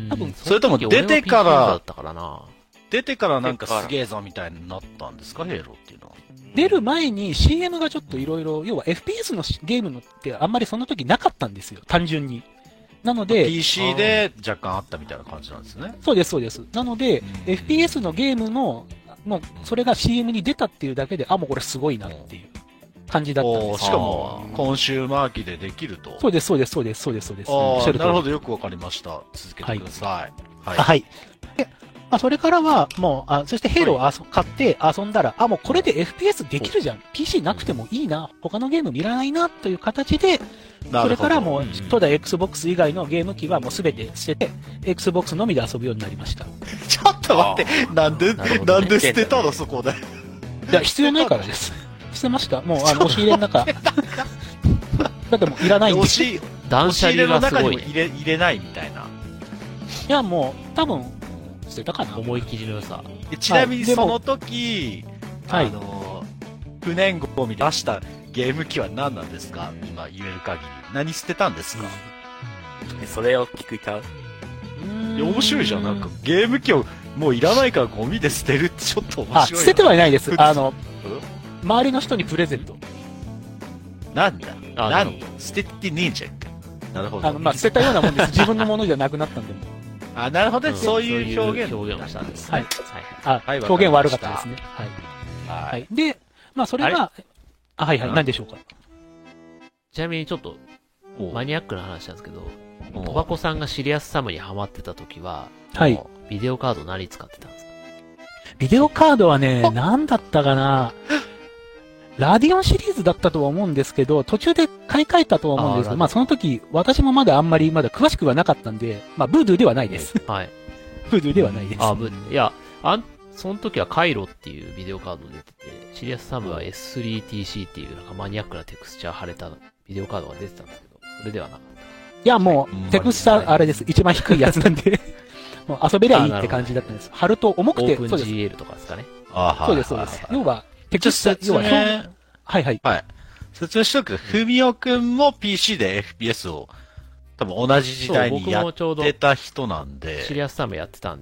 多分、それとも出てから、出てからなんかすげえぞみたいになったんですか、ヘイローっていうのは。 出る前に シーエム がちょっといろいろ、要は エフピーエス のゲームのってあんまりその時なかったんですよ、単純に。なので、 ピーシー で若干あったみたいな感じなんですね。 そうです、そうです。なので、エフピーエス のゲームの、もう、それが シーエム に出たっていうだけで、あ、もうこれすごいなっていう感じだったんです。 しかも、コンシューマー機でできると。 そうです、そうです、そうです、そうです、そうです。 あなるほど、よくわかりました。続けてください。 はい。はい。でまあ、それからは、もう、あ、そしてヘイローをあそ、はい、買って遊んだら、あ、もうこれで エフピーエス できるじゃん。ピーシー なくてもいいな。他のゲーム見らないな、という形で、それからもう、当代 Xbox 以外のゲーム機はもうすべて捨てて、Xbox のみで遊ぶようになりました。 ちょっと待って、なんで、な, ね、なんで捨てたの、そこで。 いや、必要ないからです。捨てました。もう、あの、押し入れの中。だってもういらないんで。 押し、 断捨離がすごい、ね。 入れ、入れないみたいな。いや、もう、多分、捨てたかな。 思い切りの良さ。 ちなみにその時、はい、あの、不燃ゴミ出したゲーム機は何なんですか？今言える限り。何捨てたんですか？ うん、それを聞くか。 いや、面白いじゃん。なんかゲーム機をもういらないからゴミで捨てるってちょっと面白い。あ、 捨ててはいないです。あの、周りの人にプレゼント。 なんだなんだ捨ててねえじゃんか。なるほど。 あの、まあ、捨てたようなもんです。自分のものじゃなくなったんでも。 あ、なるほどね、うん。そういう表現。 表現をしたんです。 はい。あ、はい、表現悪かったですね。はい。はい。はい、で、まあ、それが、あ、はいはい、何でしょうか。 ちなみにちょっと、マニアックな話なんですけど、小箱さんがシリアスサムにハマってた時は、 はい。 ビデオカード何使ってたんですか？ ビデオカードはね、何だったかなラディオンシリーズだったとは思うんですけど、途中で買い替えたとは思うんですけど、まあその時、私もまだあんまりまだ詳しくはなかったんで、まあブードゥーではないです。 はい。 ブードゥーではないです。 あ、ブードゥー。いや、あん、その時はカイロっていうビデオカード出てて、シリアスサムは エススリーティーシー っていうなんかマニアックなテクスチャー貼れたビデオカードが出てたんだけど、それではなかった。 いや、もう、テクスチャーあれです。一番低いやつなんで、もう遊べりゃいいって感じだったんです。貼ると重くて、 オープン ジーエル とかですかね。 あそうです、そうです。要は、テクスチャー、要は表現、はいはい。 はい。説明しとくと、ふみおくんも ピーシー で エフピーエス を多分同じ時代にやってた人なんで。 シリアスサムやってたんで。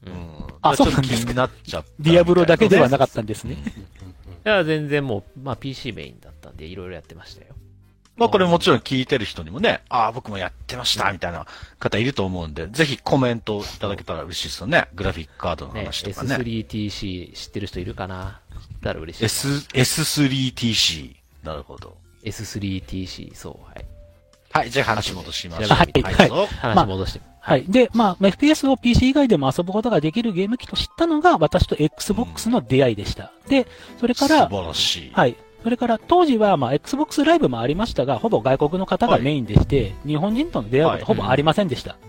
うん。 あ、そうなんですか。 気になっちゃった。 ディアブロだけではなかったんですね。 いや、全然もう、まあ ピーシー メインだったんで、いろいろやってましたよ。 まあこれもちろん聞いてる人にもね、ああ、僕もやってました、みたいな方いると思うんで、ぜひコメントいただけたら嬉しいですよね。グラフィックカードの話とかね。 エススリーティーシー 知ってる人いるかな？知ったら嬉しい。 S、エススリーティーシー。なるほど。 エススリーティーシー、そう、はい。 はい、じゃあ話戻しましょう。 はい、はい。 話戻して。 はい。で、まあ、エフピーエス を ピーシー 以外でも遊ぶことができるゲーム機と知ったのが、私と Xbox の出会いでした。で、それから、 素晴らしい。 はい。それから、当時は、まあ、Xbox ライブもありましたが、ほぼ外国の方がメインでして、はい、日本人との出会うことほぼありませんでした。はい、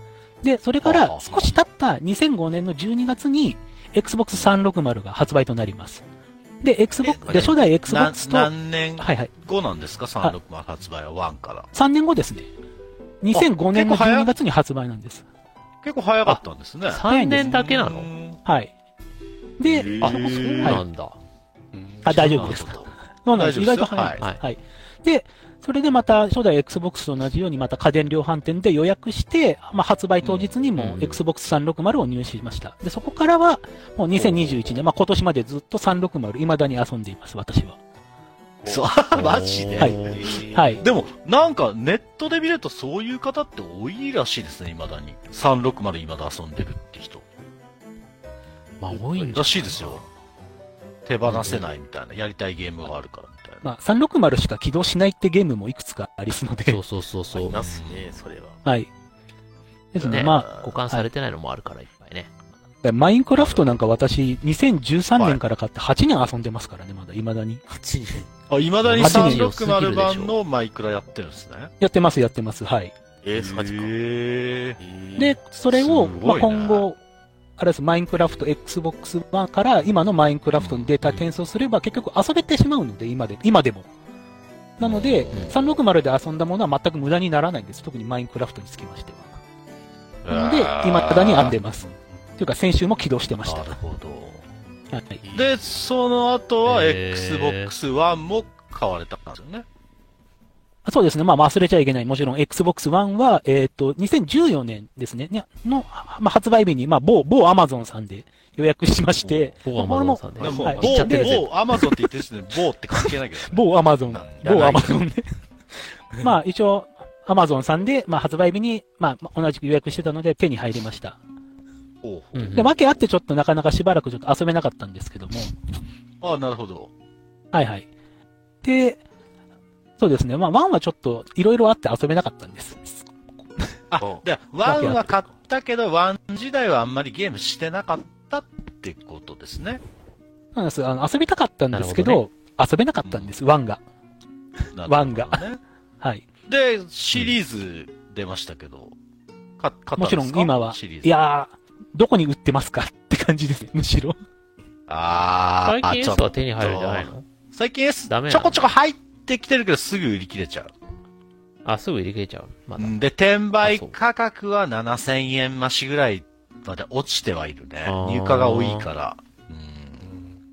で、それから、少し経ったにせんごねんのじゅうにがつに、Xbox さんびゃくろくじゅうが発売となります。で、Xbox、で、初代 Xbox と、 何年後なんですか、さんびゃくろくじゅう発売はワンから。 さんねんごですね。にせんごねんのじゅうにがつに発売なんです。 結構早かったんですね。 さんねんだけなの？ はい。で、 あ、そうなんだ。 あ、大丈夫です。そうなんです。意外と早い。はい。で、それでまた初代 Xbox と同じようにまた家電量販店で予約して、まあ発売当日にも Xbox さんびゃくろくじゅうを入手しました。で、そこからはもうにせんにじゅういちねん、まあ今年までずっとさんびゃくろくじゅう未だに遊んでいます、私は。 そう、マジで。 はい。はい。 でも、なんか、ネットで見るとそういう方って多いらしいですね、未だに。さんびゃくろくじゅう未だ遊んでるって人。 まあ、多いんらしいですよ。手放せないみたいな、やりたいゲームがあるからみたいな。 まあ、さんびゃくろくじゅうしか起動しないってゲームもいくつかありますので。 そうそうそうそう。 ありますね、それは。 はい。ですね、まあ。 保管されてないのもあるから、いっぱいね。 マインクラフトなんか私、にせんじゅうさんねんから買ってはちねん遊んでますからね、まだ、未だに。 はちねん。 あ、未だにさんびゃくろくじゅう版のマイクラやってるんですね。 やってます、やってます、はい。 えー、マジか。 えー、で、それを、ね、まあ、今後、あれです、マインクラフト エックスボックスワン から今のマインクラフトにデータ転送すれば結局遊べてしまうので、今で、今でも。なので、さんびゃくろくじゅうで遊んだものは全く無駄にならないんです。特にマインクラフトにつきましては。なので、今だに編んでます。というか、先週も起動してました。 なるほど。 はい。 で、その後は エックスボックスワン も買われたんですよね。 そうですね。まあ忘れちゃいけない。もちろん Xbox One は、えっと、にせんじゅうよねんですね。の、まあ発売日に、まあ某、某 Amazon さんで予約しまして。 某 Amazon さんで。 はい、某、某 Amazon って言ってるんですね。某って関係ないけど、ね。 某 Amazon。某 Amazon で。まあ一応、Amazon さんで、まあ発売日に、まあ同じく予約してたので手に入りました。で、わけあってちょっとなかなかしばらくちょっと遊べなかったんですけども。 ああ、なるほど。 はいはい。で、そうですね。まあ、ワンはちょっと、いろいろあって遊べなかったんです。 あ、で、ワンは買ったけど、ワン時代はあんまりゲームしてなかったってことですね。 そうなんです。あの、遊びたかったんですけど、どね、遊べなかったんです、ワンが。ワンが。はい。 で、シリーズ出ましたけど、うん、か、買ったんですか？ もちろん今は、いやー、どこに売ってますかって感じですね、むしろ。 あー、 最近 S は手に入るんじゃないの？ 最近 S、ダメちょこちょこ入ってきてるけど、すぐ売り切れちゃう。 あ、すぐ売り切れちゃう。まだ。 で、転売価格はななせんえん増しぐらいまで落ちてはいるね。入荷が多いから。 うん。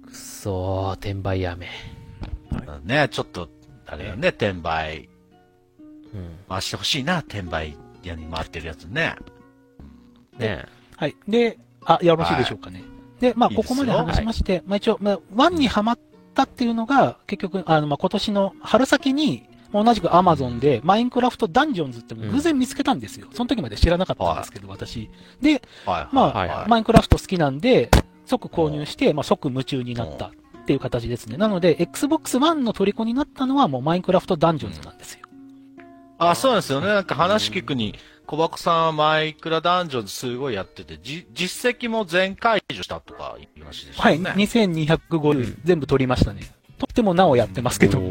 くそー、転売やめ。 ね、ちょっと、あれよね、転売。うん。回してほしいな、転売屋に回ってるやつね。 ねはい。で、あ、よろしいでしょうかね。はい、で、まあ、ここまで話しまして、はい、まあ一応、まあ、ワンにハマったっていうのが、結局、あの、まあ、今年の春先に、同じく Amazon で、マインクラフトダンジョンズって偶然見つけたんですよ。うん、その時まで知らなかったんですけど、はい、私。で、はい、まあ、はいはい、マインクラフト好きなんで、即購入して、まあ、即夢中になったっていう形ですね。なので、Xbox One の虜になったのはもうマインクラフトダンジョンズなんですよ。 うん、あ、そうなんですよね。なんか話聞くに、小箱さんはマイクラダンジョンズすごいやってて、じ、実績も全解除したとか言いましたでしょうね。 はい、にせんにひゃくごじゅう、うん、全部取りましたね。とってもなおやってますけど。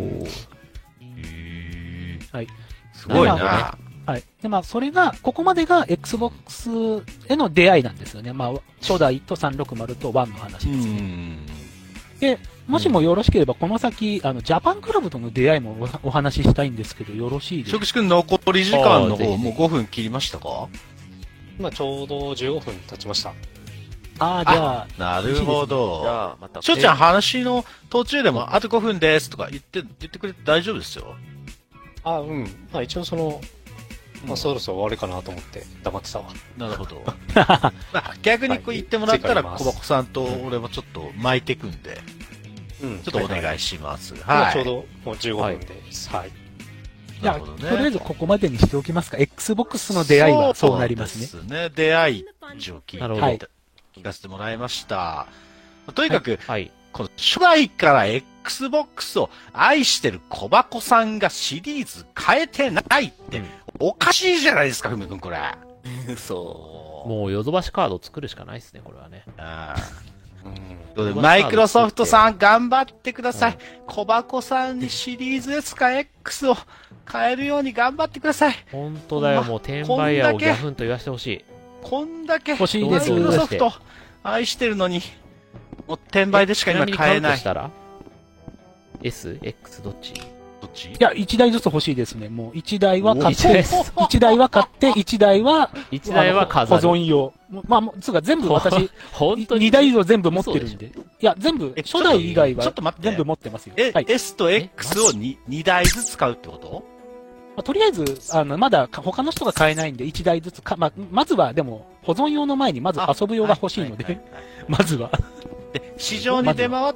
はい。 すごいな。 はい。で、まあ、それが、ここまでが Xbox への出会いなんですよね。まあ、初代とさんびゃくろくじゅうとワンの話ですね。で、もしもよろしければ、この先、あの、ジャパンクラブとの出会いも お, お話ししたいんですけど、よろしいですか？ しょくしくん残り時間の方、もうごふん切りましたか？ 今ちょうどじゅうごふん経ちました。 ああ、じゃあ。 なるほど。 じゃあ、また。 しょうちゃん話の途中でも、あとごふんですとか言って、言ってくれて大丈夫ですよ。 あ、うん。まあ一応その、 まあ、そろそろ終わりかなと思って黙ってたわ。 なるほど。まあ、逆にこう言ってもらったら、小箱さんと俺もちょっと巻いていくんで、うん、ちょっとお願いします。はい。 はい、ちょうどもうじゅうごふんです。はい。はい、 じゃあ、ね、とりあえずここまでにしておきますか。Xbox の出会いはそうなりますね。 そうですね。出会いを聞いて、聞かせてもらいました。とにかく、はい、この初代から Xbox を愛してる小箱さんがシリーズ変えてないって、うん、おかしいじゃないですか、ふみくん、これ。 そう。もうヨドバシカード作るしかないですね、これはね。あうん、マイクロソフトさん頑張ってください。うん、小箱さんにシリーズ S か X を変えるように頑張ってください。 本当だよ、もう転売屋をギャフンと言わせてほしい。 こんだけ、 欲しいです。 マイクロソフト愛してるのに、もう転売でしか今買えない。 したら S、X どっちどっち？ いや、一台ずつ欲しいですね。もう一台は買って、一台は買って、一台は、 一台は飾る。 保存用。まあ、つうか全部私、 本当に二台以上全部持ってるんで。いや、全部、初代以外は全部持ってますよ。 え、はい、S と X をに台ずつ買うってこと？ まあ、とりあえず、あの、まだ他の人が買えないんで、一台ずつか、まあ、まずはでも、保存用の前にまず遊ぶ用が欲しいので、まずは。 で、市場に出回って、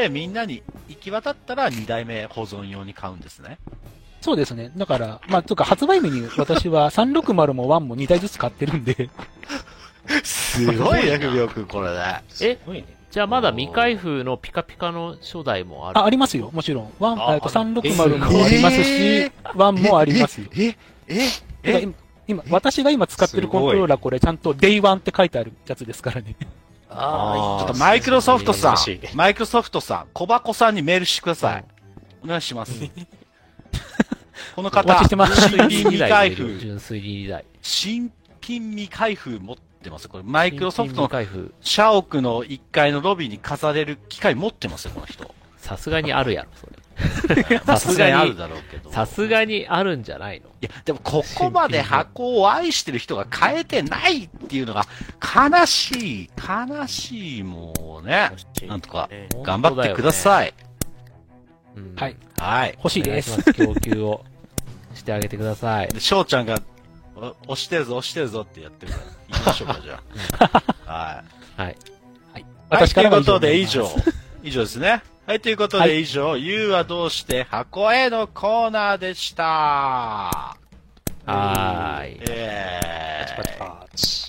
みんなに行き渡ったらにだいめ保存用に買うんですね。 そうですね。だから、まあ、とか発売日に私はさんろくまるもいちもにだいずつ買ってるんで。 すごいね、ふみおくん、これね。 え、じゃあまだ未開封のピカピカの初代もある？ あ、ありますよ。もちろん。えっと、さんろくまるもありますし、いちもありますよ。 えええ今、私が今使ってるコントローラー、これちゃんと デイワン って書いてあるやつですからね。 ああ、ちょっとマイクロソフトさん、マイクロソフトさん、小箱さんにメールしてください。お願いします。この方、新品未開封。 純粋に台。 新品未開封持ってます。これ、マイクロソフトの社屋のいっかいのロビーに飾れる機械持ってますよ、この人。 さすがにあるやろ、それ。 さすがにあるだろうけど。 さすがにあるんじゃないの？ いや、でもここまで箱を愛してる人が変えてないっていうのが悲しい、悲しい、もうね。なんとか頑張ってください。 うん、はい。 はい。 欲しいです。 供給をしてあげてください。 で、翔ちゃんが、押してるぞ、押してるぞってやってるから、行きましょうか、じゃあ。はい。 はい。 はい。 私からは以上。ということで以上。以上ですね。はい、ということで以上、はい、You はどうして箱へのコーナーでした。はーい。 えー、パチパチパチ。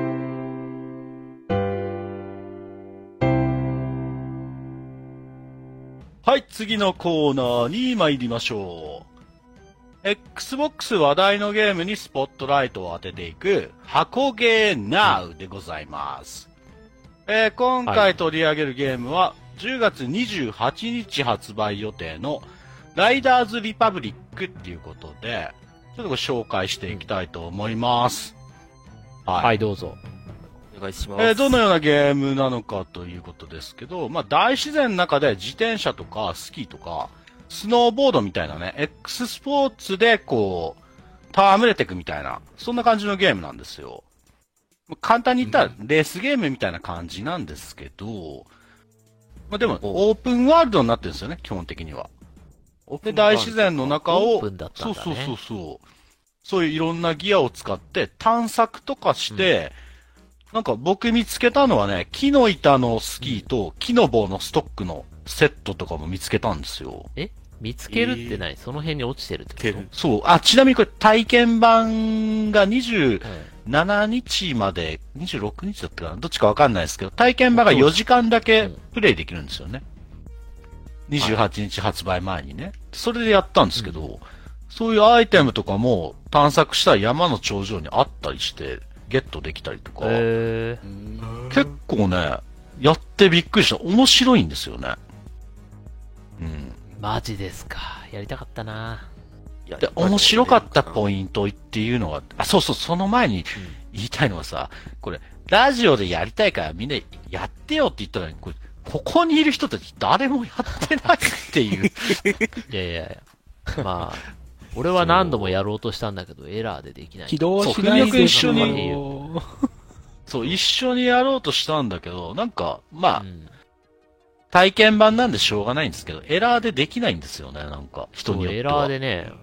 はい、次のコーナーに参りましょう。Xbox 話題のゲームにスポットライトを当てていく、箱ゲー Now でございます。うん、えー、今回取り上げるゲームは、じゅうがつにじゅうはちにち発売予定のライダーズリパブリックっていうことで、ちょっとご紹介していきたいと思います。 はい、はい、どうぞ。 お願いします。 えー、どのようなゲームなのかということですけど、まあ、大自然の中で自転車とかスキーとか、スノーボードみたいなね、X スポーツでこう、戯れていくみたいな、そんな感じのゲームなんですよ。簡単に言ったらレースゲームみたいな感じなんですけど、まあでも、オープンワールドになってるんですよね、基本的には。で、大自然の中を、 ね、 そうそうそうそう。そういういろんなギアを使って探索とかして、うん、なんか僕見つけたのはね、木の板のスキーと木の棒のストックのセットとかも見つけたんですよ。 え見つけるって何、えー、その辺に落ちてるってこと？ そう。あ、ちなみにこれ体験版がにじゅうしちにちまで、にじゅうろくにちだったかな、どっちかわかんないですけど、体験版がよじかんだけプレイできるんですよね。うん、にじゅうはちにち発売前にね。それでやったんですけど、うん、そういうアイテムとかも探索したら山の頂上にあったりして、ゲットできたりとか。 へー結構ね、やってびっくりした。面白いんですよね。うん。 マジですか。やりたかったな。 で、面白かったポイントっていうのが、あ、そうそう、その前に言いたいのはさ、これ、ラジオでやりたいからみんなやってよって言ったのに、これ、ここにいる人たち誰もやってないっていう。いやいやいや。まあ、俺は何度もやろうとしたんだけど、エラーでできない。 起動しないで一緒に、そう、一緒にやろうとしたんだけど、なんか、まあ、うん体験版なんでしょうがないんですけど、エラーでできないんですよね、なんか、人によっては。 エラーでね、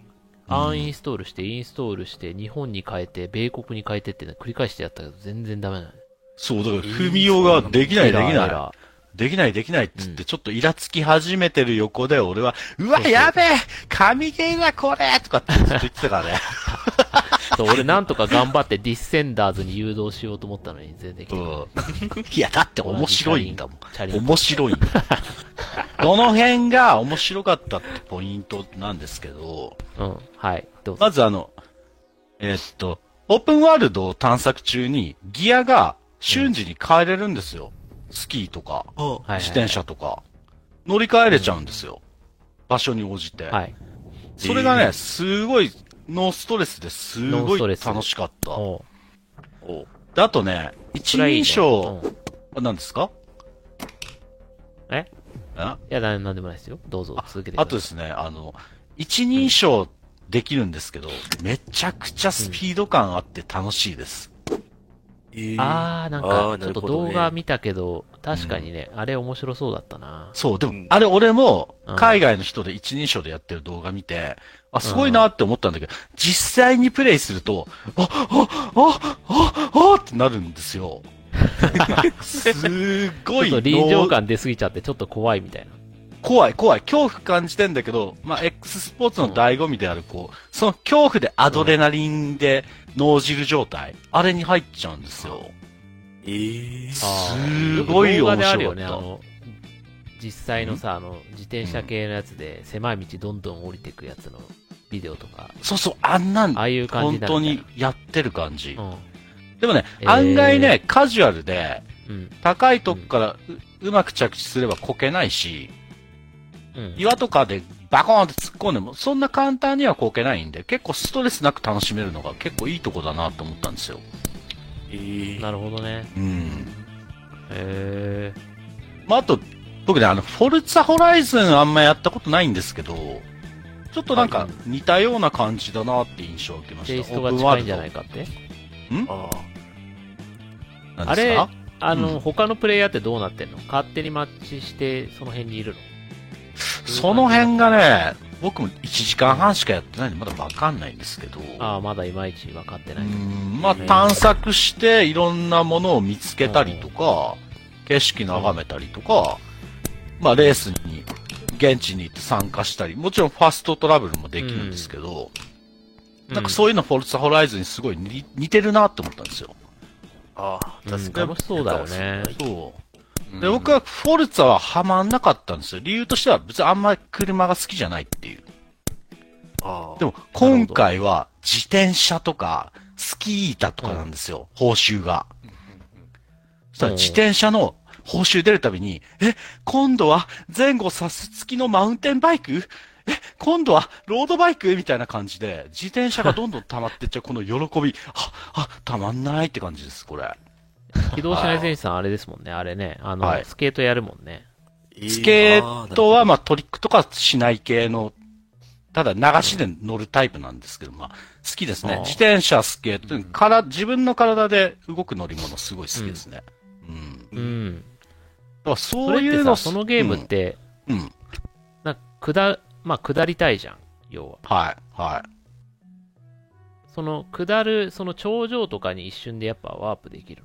アンインストールして、インストールして、日本に変えて、米国に変えてって、ね、繰り返してやったけど、全然ダメなの。 そう、だから、踏みようができない、できない。できない、できないって言って、ちょっとイラつき始めてる横で、俺は、うわ、やべえ神ゲーだ、これとかってずっと言ってたからね。 そう、俺なんとか頑張ってディッセンダーズに誘導しようと思ったのに、全然できない。うん。いや、だって面白いんだもん。面白いんだ。どの辺が面白かったってポイントなんですけど。 うん。はい。 どうぞ。まずあの、えー、っと、オープンワールドを探索中にギアが瞬時に変えれるんですよ。うん、スキーとか、自転車とか、乗り換えれちゃうんですよ。うん、場所に応じて。はい。それがね、すごい、ノーストレスですごい楽しかった。おおで、あとね、一人称、いいね、うん、何ですかえあいや、なんでもないですよ。どうぞ続けてください。 あとですね、あの、一人称できるんですけど、うん、めちゃくちゃスピード感あって楽しいです。 うんえー、あー、なんか、ちょっと動画見たけど、どね、確かにね、うん、あれ面白そうだったな。 そう、でも、あれ俺も、海外の人で一人称でやってる動画見て、あ、すごいなって思ったんだけど、実際にプレイすると、あ、あ、あ、あ、あってなるんですよ。すごい。 ちょっと臨場感出すぎちゃってちょっと怖いみたいな。 怖い、怖い。恐怖感じてんだけど、まあ、X スポーツの醍醐味である、こう、その恐怖でアドレナリンで脳汁状態、うん、あれに入っちゃうんですよ。 えー、 すごい面白かった。動画であるよね、あの、 実際のさ、あの、自転車系のやつで、狭い道どんどん降りていくやつのビデオとか。 そうそう、あんなん、 ああいう感じ本当にやってる感じ。うん、でもね、えー、案外ね、カジュアルで、うん、高いとこからう、うん、うまく着地すればこけないし、うん、岩とかでバコーンって突っ込んでも、そんな簡単にはこけないんで、結構ストレスなく楽しめるのが結構いいとこだなと思ったんですよ。 えー、なるほどね。 うん。 へえー。まあ、あと、僕ね、あの、フォルツァホライズンあんまやったことないんですけど、ちょっとなんか似たような感じだなって印象を受けました。 テイストが近いんじゃないかってんああ。あれ、あの、うん、他のプレイヤーってどうなってんの？勝手にマッチして、その辺にいるの？ その辺がね、僕もいちじかんはんしかやってないんでまだわかんないんですけど。 ああ、まだいまいち分かってない。 うん、まあ探索していろんなものを見つけたりとか、景色眺めたりとか、まあレースに、現地に行って参加したり、もちろんファストトラブルもできるんですけど、うん、なんかそういうのフォルツァホライズンにすごい似似てるなって思ったんですよ。 ああ、 確かに。楽しそうだよね。 そう。で、僕はフォルツァはハマんなかったんですよ。理由としては別にあんまり車が好きじゃないっていう。あでも今回は自転車とかスキー板とかなんですよ。うん、報酬が。そしたら自転車の報酬出るたびに、え、今度は前後差す付きのマウンテンバイクえ、今度はロードバイクみたいな感じで、自転車がどんどん溜まってっちゃうこの喜び、あ、あ、たまんないって感じです、これ。 起動しない選手さんあれですもんね、あれね。あの、はい、スケートやるもんね。 スケートは、まあ、トリックとかしない系の、ただ流しで乗るタイプなんですけど、まあ、好きですね。自転車、スケート、から、自分の体で動く乗り物すごい好きですね。うん。 うん。うんだからそういうのそのゲームって、うん。うん、な下、まあ、下りたいじゃん、要は。はい、はい。 その、下る、その頂上とかに一瞬でやっぱワープできる。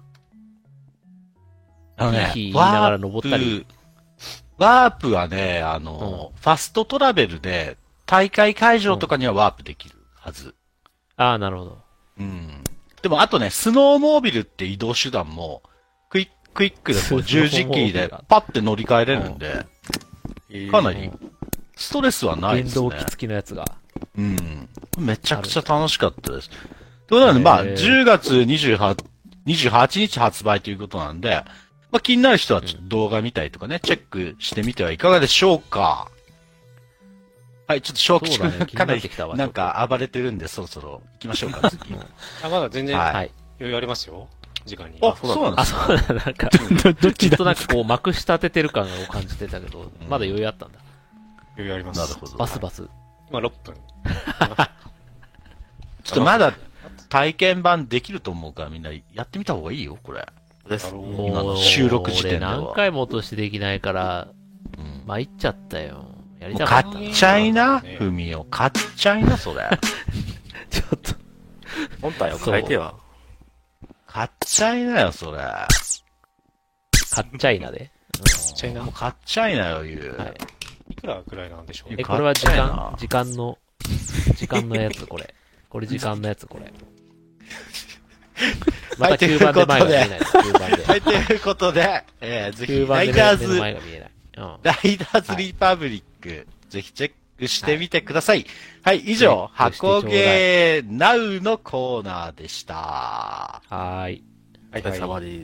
あのね、 言いながら登ったり。 ワープはね、あの、うん、ファストトラベルで、大会会場とかにはワープできるはず。うん、 ああ、なるほど。 うん。でも、あとね、スノーモービルって移動手段も、クイックイックでこう十字キーでパッて乗り換えれるんで、かなりストレスはないですね。 電動機付きのやつが。 うん。めちゃくちゃ楽しかったです。ということなんで、まあ、じゅうがつにじゅうはちにち発売ということなんで、まあ気になる人はちょっと動画見たりとかね、チェックしてみてはいかがでしょうか。はい、ちょっと正気君がかなりなんか暴れてるんで、そろそろ行きましょうか、次。 あ、まだ全然、はい、余裕ありますよ。時間に。 あ、そうなんですか。あ、そうなんだ。なんか、どっちだとなんかこう、まくし立ててる感を感じてたけど、まだ余裕あったんだ。 余裕あります。 なるほど。 バスバス。 今ろっぷん。 ちょっとまだ体験版できると思うからみんなやってみた方がいいよ、これ。 です今の収録時点では。 俺何回も落としてできないから、参っちゃったよ。 やりたかった。 買っちゃいな、ふみお。買っちゃいな、それ。 ちょっと。 本体を変えては。 買っちゃいなよ、それ。 買っちゃいなで。 買っちゃいな。 もう買っちゃいなよ、言う。 はい。 いくらぐらいなんでしょうね。 え、これは時間、時間の、時間のやつ、これ。これ時間のやつ、これ。またきゅうばんで前が見えない。きゅうばんで。 はい、ということで、えー、ぜひ、ライライダーズ、 前が見えない。うん。 ライダーズリパブリック、ぜひチェックしてみてください。はい、以上、箱ゲーナウのコーナーでした。 はーい。 お疲れ様です。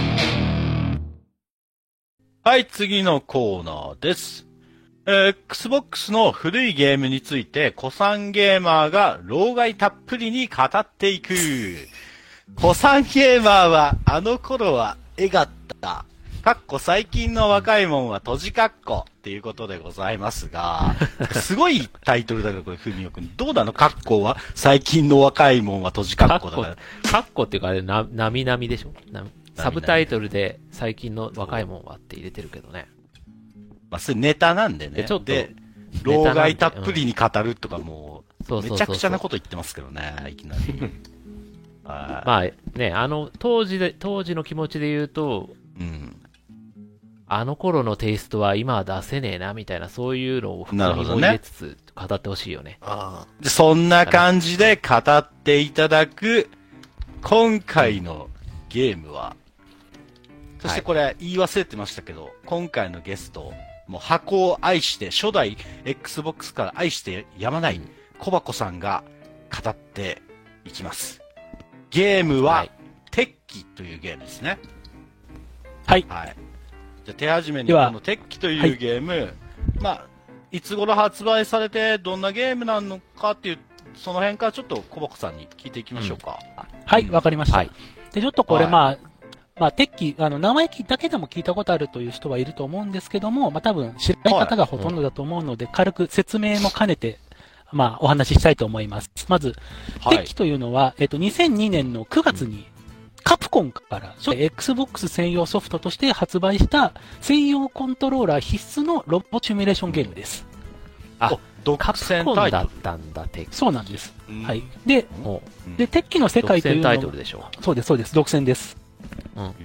はい、次のコーナーです。えー、Xbox の古いゲームについて、古参ゲーマーが老害たっぷりに語っていく。古参ゲーマーは、あの頃は絵がった。かっこ最近の若いもんは閉じかっこっていうことでございますが、すごいタイトルだからこれ、ふみおくん。どうなのかっこは最近の若いもんは閉じかっこだから。 かっこっていうかあれ、な、なみなみでしょなサブタイトルで最近の若いもんはって入れてるけどね。 まあ、それネタなんでね。 ちょっとで、老害たっぷりに語るとかもう、 そうそうそうそうめちゃくちゃなこと言ってますけどね、いきなり。 まあね、あの、当時で、当時の気持ちで言うと、 うん。 あの頃のテイストは今は出せねえな、みたいな、そういうのを普通に入れつつ語ってほしいよね。 ああ。で、そんな感じで語っていただく、今回のゲームは、そしてこれ言い忘れてましたけど、今回のゲスト、もう箱を愛して、初代 Xbox から愛してやまない小箱さんが語っていきます。ゲームは、はい、テッキというゲームですね。 はい。 はい。じゃ手始めに、このテッキというゲーム、はい、まあ、いつ頃発売されて、どんなゲームなのかっていう、その辺からちょっと小箱さんに聞いていきましょうか。 うん、はい、わかりました。はい、で、ちょっとこれ、まあ、はい、まあ、テッキ、あの、名前だけでも聞いたことあるという人はいると思うんですけども、まあ、多分知らない方がほとんどだと思うので、はい、軽く説明も兼ねて、まあ、お話ししたいと思います。まず、はい、テッキというのは、えっと、にせんにねんのくがつに、カプコンから、Xbox 専用ソフトとして発売した専用コントローラー必須のロボシミュレーションゲームです。 あ、独占タイトルだったんだ、テッキ。 そうなんです。はい。で、で、テッキの世界というのは、 独占タイトルでしょ。 そうです、そうです。独占です。 うん。 はい。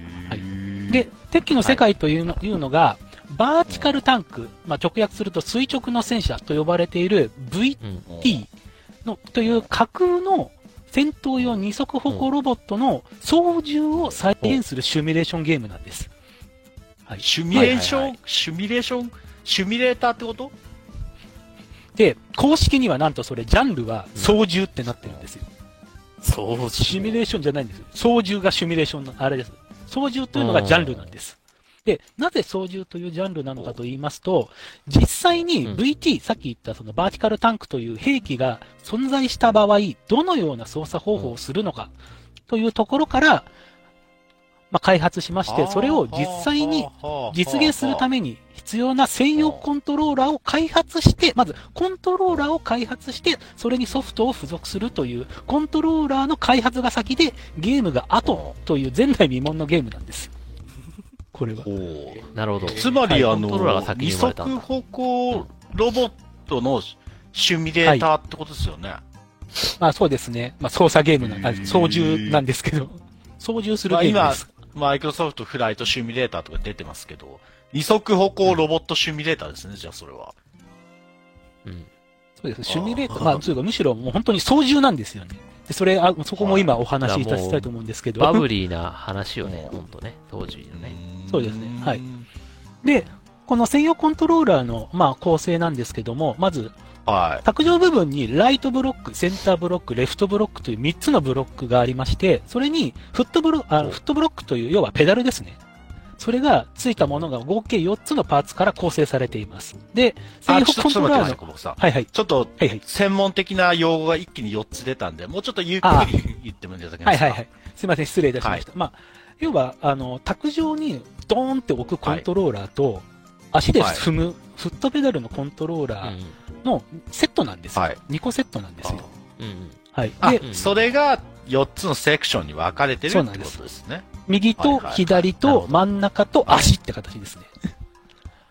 で、テッキの世界というの,、い、うのが、バーチカルタンク、まあ、直訳すると垂直の戦車と呼ばれている ブイティー の、という架空の戦闘用二足歩行ロボットの操縦を再現するシミュレーションゲームなんです。 はい、シミュレーション、はいはいはい、シミュレーション、シミュレーターってこと？ で、公式にはなんとそれ、ジャンルは操縦ってなってるんですよ。 操縦？ シミュレーションじゃないんですよ。操縦がシミュレーションの、あれです。操縦というのがジャンルなんです。で、なぜ操縦というジャンルなのかと言いますと、実際に ブイティー、うん、さっき言ったそのバーティカルタンクという兵器が存在した場合、どのような操作方法をするのかというところから、まあ、開発しまして、それを実際に実現するために必要な専用コントローラーを開発して、まずコントローラーを開発して、それにソフトを付属するという、コントローラーの開発が先で、ゲームが後という前代未聞のゲームなんです。これは。 なるほど。 つまり、あの、二足歩行ロボットのシミュレーターってことですよね。はい、 まあそうですね。まあ操作ゲームな、操縦なんですけど、操縦するゲームです。 まあ、マイクロソフトフライトシミュレーターとか出てますけど、二足歩行ロボットシミュレーターですね、うん、じゃあそれは。 うん。そうです。シミュレーター、まあ、そういうか、むしろもう本当に操縦なんですよね。で、それ、あ、そこも今お話しいたしたいと思うんですけど。 バブリーな話よね、本当ね。操縦のね。 そうですね。はい。で、この専用コントローラーの、まあ、構成なんですけども、まず、 はい。 卓上部分にライトブロック、センターブロック、レフトブロックというみっつのブロックがありまして、それにフットブロック、あフットブロックという、要はペダルですね。それがついたものが合計よっつのパーツから構成されています。で、専用コントローラーの、はいはい。 ちょっと、専門的な用語が一気によっつ出たんで、もうちょっとゆっくり言ってもいただけますか？ はいはいはい。すいません、失礼いたしました。はい、まあ、要は、あの、卓上にドーンって置くコントローラーと、はい、足で踏む、はい、フットペダルのコントローラーのセットなんですよ。はい、にこセットなんですよ。 うん、 はい。 で、うん、それがよっつのセクションに分かれてるってことですね。 右と左と真ん中と足って形ですね。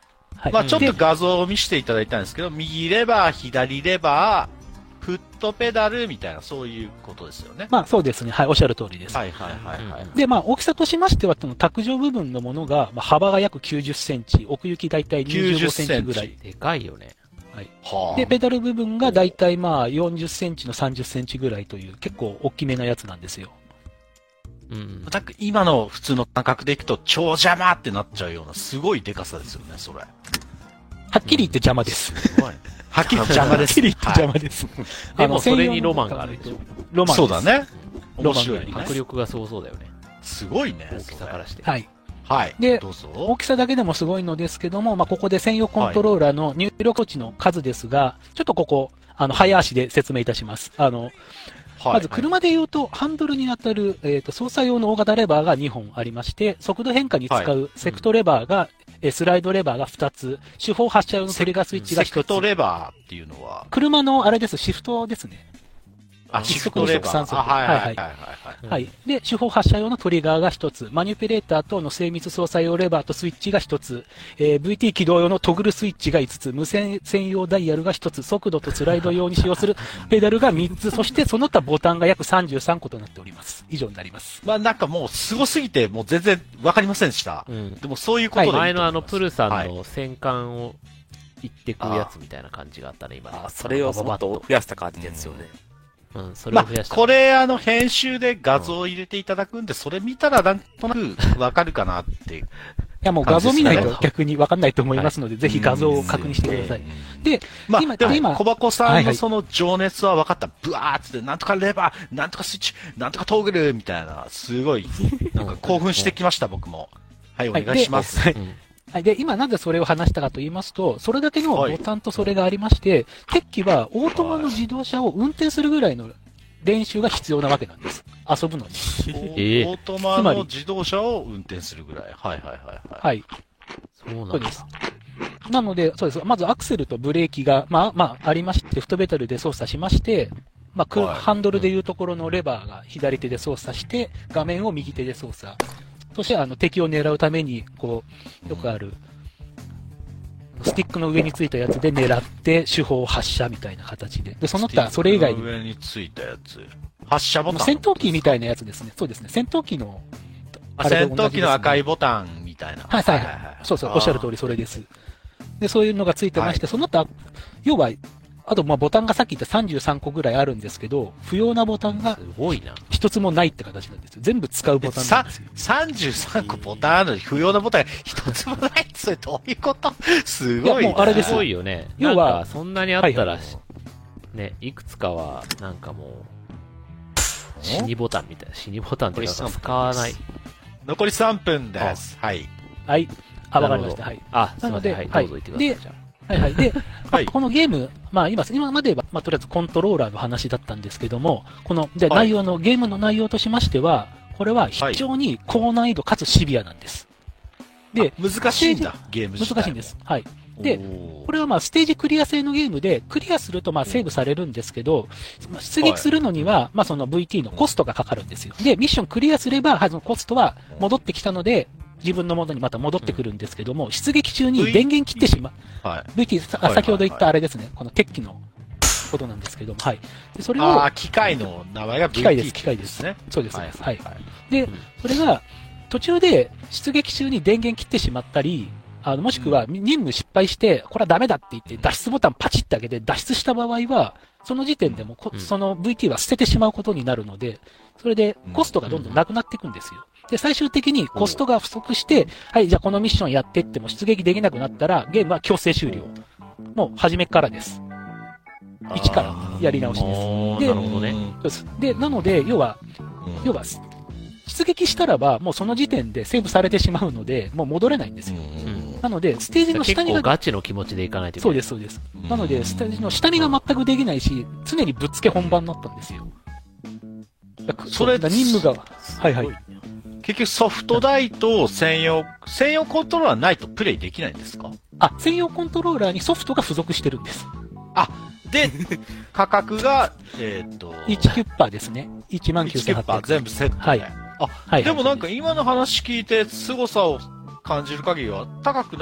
はい、まあちょっと画像を見せていただいたんですけど、右レバー、左レバー、フットペダルみたいな、そういうことですよね。 まあそうですね。はい、おっしゃる通りです。 はいはいはいはい。 で、まあ大きさとしましては、その卓上部分のものが、まあ、幅が約きゅうじゅっセンチ、奥行きだいたいにじゅうごセンチぐらい。 でかいよね。 はい。はあ、で、ペダル部分がだいたいまあよんじゅっセンチのさんじゅっセンチぐらいという、結構大きめなやつなんですよ。 うん。今の普通の感覚でいくと、超邪魔ってなっちゃうような、すごいデカさですよね、それ。はっきり言って邪魔です。すごい。 はっきり言って邪魔です。 はっきり言って邪魔です。 でもそれにロマンがあるでしょ。 ロマンそうだね。 面白い。迫力がすごそうだよね。 すごいね。 大きさからして。 はい。 はい。 で、大きさだけでもすごいのですけども、まあ、ここで専用コントローラーの入力装置の数ですが、ちょっとここ、あの、早足で説明いたします。あの、まず車で言うと、ハンドルに当たる、えっと、操作用の大型レバーがにほんありまして、速度変化に使うセクトレバーが、えスライドレバーがふたつ、手法発射用のトリガースイッチがひとつ。 セクトレバーっていうのは車のあれです、シフトですね。 あ、シフトレバー。 はいはいはい。はい。で、手法発射用のトリガーが一つ、マニピュレーター等の精密操作用レバーとスイッチが一つ、えー、ブイティー 起動用のトグルスイッチがいつつ、無線専用ダイヤルが一つ、速度とスライド用に使用するペダルがみっつ、そしてその他ボタンが約さんじゅうさんことになっております。以上になります。 まあなんかもう凄すぎて、もう全然わかりませんでした。うん、でもそういうことでいいと思います。 前のあのプルさんの戦艦を行ってくやつみたいな感じがあったね、今。 あ、それをもっと増やした感じですよね。 うん、それを増やした。 まあ、これ、あの、編集で画像を入れていただくんで、それ見たらなんとなくわかるかなって。いや、もう画像見ないと逆にわかんないと思いますので、はい、ぜひ画像を確認してください。で、 まあ、今、でも今、小箱さんのその情熱は分かった。ブワーって、なんとかレバー、なんとかスイッチ、なんとかトーグルみたいな、すごい、なんか興奮してきました、僕も。はい、お願いします。はい。 はい。で、今なぜそれを話したかと言いますと、それだけのボタンとそれがありまして、はい、テッキはオートマの自動車を運転するぐらいの練習が必要なわけなんです。遊ぶのに。 えー、オートマの自動車を運転するぐらい。はいはいはいはい。 はい。そうなんです。なので、そうです。まずアクセルとブレーキが、まあ、まあ、ありまして、フットペダルで操作しまして、まあ、はい、ハンドルでいうところのレバーが左手で操作して、画面を右手で操作。そして、あの、敵を狙うために、こう、よくある、スティックの上についたやつで狙って、手法発射みたいな形で。で、その他、それ以外に。 上についたやつ。発射ボタン。 戦闘機みたいなやつですね。そうですね。戦闘機の、 あ、戦闘機の赤いボタンみたいな。 はいはいはい。そうそう、おっしゃる通りそれです。で、そういうのがついてまして、その他、要は、あと、ま、ボタンがさっき言ったさんじゅうさんこぐらいあるんですけど、不要なボタンが、すごいな。一つもないって形なんですよ。全部使うボタンなんですよ。 さんじゅうさんこボタンあるのに不要なボタンが一つもないって、それどういうこと？すごい。 いや、もうあれです。 すごいよね。要は、そんなにあったら、ね、いくつかは、なんかもう、死にボタンみたいな、死にボタンっていうか使わない。 残りさんぷんです。はい。 はい。あ、わかりました。はい。 あ、なので、はい、どうぞ言ってください。 はいはい。で、まあ、このゲーム、まあ今、今までは、まあとりあえずコントローラーの話だったんですけども、この、で、内容の、ゲームの内容としましては、これは非常に高難易度かつシビアなんです。 で、難しいんだ、ゲーム自体。 難しいんです。はい。で、これはまあステージクリア制のゲームで、クリアするとまあセーブされるんですけど、出撃するのには、まあその ブイティー のコストがかかるんですよ。で、ミッションクリアすれば、そのコストは戻ってきたので、自分のものにまた戻ってくるんですけども、出撃中に電源切ってしまう。はい、ブイティー、先ほど言ったあれですね、この鉄器のことなんですけども、はい。で、それを。 ああ、機械の名前が ブイティー機械です、機械ですね。そうです、はい。はい。で、それが、途中で出撃中に電源切ってしまったり、あの、もしくは任務失敗して、これはダメだって言って脱出ボタンパチッて開けて脱出した場合は、その時点でもその ブイティー は捨ててしまうことになるので、それでコストがどんどんなくなっていくんですよ。で、最終的にコストが不足して、はい、じゃあこのミッションやってっても出撃できなくなったら、ゲームは強制終了。もう初めからです。一からやり直しです。で、 なるほどね。 そうです。で、なので、要は、要は、出撃したらば、もうその時点でセーブされてしまうので、もう戻れないんですよ。なので、ステージの下見が。 結構ガチの気持ちでいかないといけない。そうです、そうです。なので、ステージの下見が全くできないし、常にぶっつけ本番になったんですよ。それ、任務が、はいはい。 結局ソフト台と専用、専用コントローラーないとプレイできないんですか？ あ、専用コントローラーにソフトが付属してるんです。 あ、で、価格が、えっと。 いちキュッパーですね。いちまんきゅうせんはっぴゃくえん。 全部セットで。 はい。 あ、はい、でもなんか今の話聞いて凄さを感じる限りは高くな、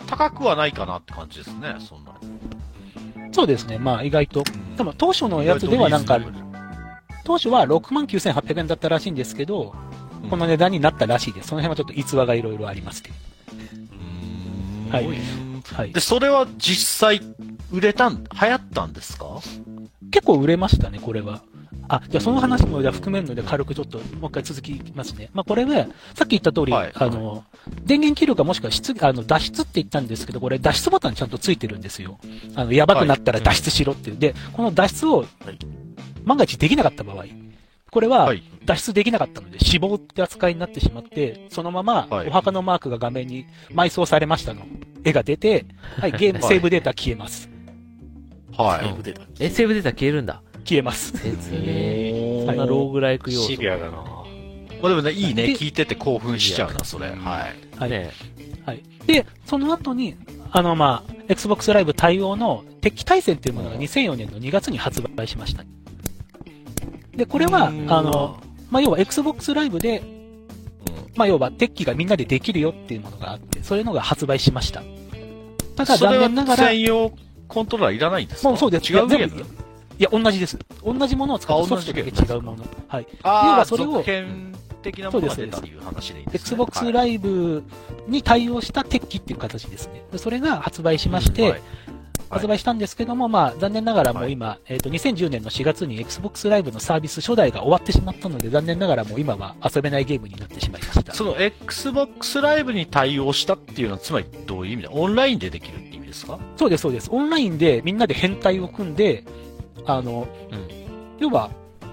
高くはないかなって感じですね、そんな。 そうですね、まあ意外と。でも当初のやつではなんか、当初は ろくまんきゅうせんはっぴゃくえんだったらしいんですけど、うん、この値段になったらしいです。その辺はちょっと逸話がいろいろありまして。 うーん。はい。はい。で、それは実際、売れたん、流行ったんですか？ 結構売れましたね、これは。あ、じゃあその話もじゃ含めるので軽くちょっともう一回続きますね。まあこれは、さっき言った通り、はい、あの、電源切るかもしくは出、あの、脱出って言ったんですけど、これ脱出ボタンちゃんとついてるんですよ。あの、やばくなったら脱出しろっていう。で、この脱出を、万が一できなかった場合、これは脱出できなかったので死亡って扱いになってしまって、そのままお墓のマークが画面に埋葬されましたの絵が出て、はい、ゲーム、セーブデータ消えます。 はい。 セーブデータ。え、セーブデータ消えるんだ。 消えます。 へぇー。そんなローグライク要素。 シビアだな。 まあでもね、いいね。聞いてて興奮しちゃうな、それ。はい。 はい。はい。で、その後に、あの、まあ、Xbox Live 対応の敵対戦というものがにせんよねんのにがつに発売しました。で、これは、あの、まあ、要は Xbox Live で、まあ、要は敵機がみんなでできるよっていうものがあって、そういうのが発売しました。ただ残念ながら。 専用コントローラーいらないんですか？ もうそうです。 違うゲーム？ いや、同じです。同じものを使ってソフトだけ違うもの。はい。 ああ、要はそれを。続編的なものが出たっていう話でいいですね。 Xbox Live に対応した敵機っていう形ですね。それが発売しまして、うん、はい、発売したんですけども、まあ、残念ながらもう今、はい、えっと、にせんじゅうねんのしがつに Xbox Live のサービス初代が終わってしまったので、残念ながらもう今は遊べないゲームになってしまいました。 その Xbox Live に対応したっていうのは、つまりどういう意味だ？オンラインでできるって意味ですか？ そうです、そうです。オンラインでみんなで編隊を組んで、あの、うん、要は、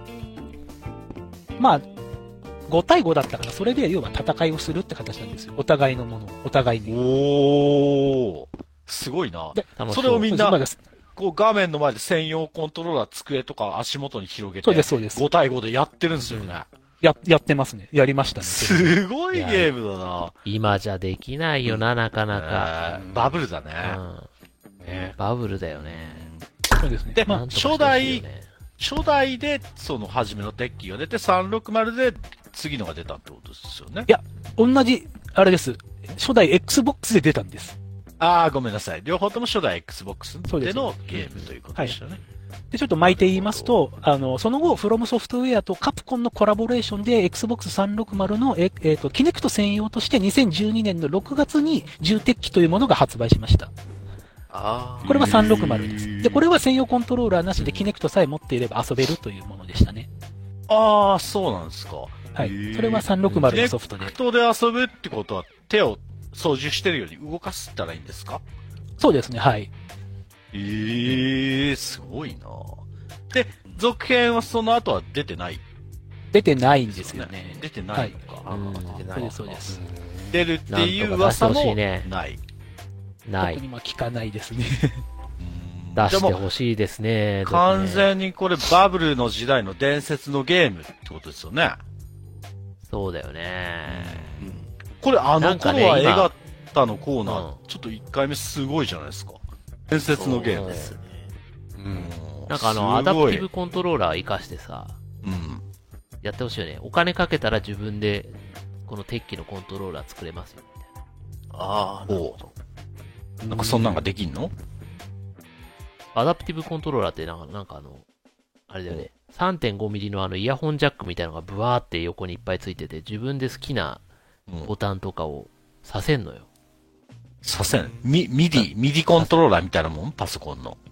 まあ、ごたいごだったから、それで要は戦いをするって形なんですよ。お互いのものを、お互いに。 おー。すごいな。それをみんな、こう画面の前で専用コントローラー、机とか足元に広げて、 そうです、そうです。 ごたいごでやってるんですよね。 や、やってますね。やりましたね。 すごいゲームだな。 今じゃできないよな、なかなか。 バブルだね。 うんね、バブルだよね。 そうですね。 で、まあ、初代、初代で、その初めの鉄器が出て、さんびゃくろくじゅうで次のが出たってことですよね。 いや、同じ、あれです。初代 Xbox で出たんです。 ああ、ごめんなさい。両方とも初代 Xbox でのゲームということでしたね。はい、 で、ちょっと巻いて言いますと、あの、その後、フロムソフトウェアとカプコンのコラボレーションで エックスボックスさんびゃくろくじゅうの、え、えっと、キネクト専用としてにせんじゅうにねんのろくがつに重鉄器というものが発売しました。 ああ。 これはさんびゃくろくじゅうです。で、これは専用コントローラーなしでキネクトさえ持っていれば遊べるというものでしたね。 ああ、そうなんですか。 はい。それはさんびゃくろくじゅうのソフトで。 キネクトで遊ぶってことは手を操縦してるように動かすったらいいんですか？ そうですね、はい。 ええー、すごいな。で、続編はその後は出てない？ 出てないんですよね。 出てないのか。 はい、出てない。そうです、そうです。 出るっていう噂もない。 ない。 特にまあ聞かないですね。 出してほしいですね。 完全にこれバブルの時代の伝説のゲームってことですよね。 そうだよね。 うん、これあの頃は映画のコーナー、うん、ちょっといっかいめすごいじゃないですか。伝説のゲームですね。 うん。なんかあの、アダプティブコントローラー活かしてさ、 うん。 やってほしいよね。お金かけたら自分で、この鉄器のコントローラー作れますよ、みたいな。 ああ、なるほど。なんかそんなんができんの？ アダプティブコントローラーってなんか、なんかあの、あれだよね。さんてんごミリのあのイヤホンジャックみたいなのがブワーって横にいっぱいついてて、自分で好きなボタンとかをさせんのよ。 させん？ミ、ミディ、ミディコントローラーみたいなもん？パソコンの。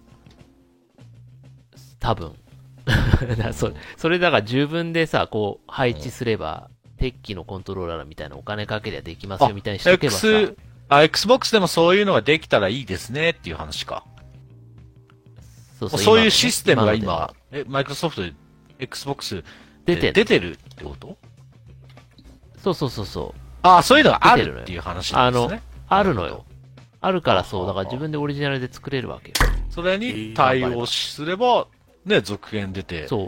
多分。だそ, それだから自分でさ、こう配置すれば、鉄器のコントローラーみたいなお金かけりゃできますよみたいにしとけばさ。 X、あ、Xbox でもそういうのができたらいいですねっていう話か。そうそう、そういうシステムが今、え、マイクロソフトで Xbox 出て出てるってこと？ そうそうそうそう。 ああ、そういうのがあるっていう話なんですね。 あの、あるのよ。あるからそう、だから自分でオリジナルで作れるわけよ。 それに対応すれば、ね、続編出て、 そう。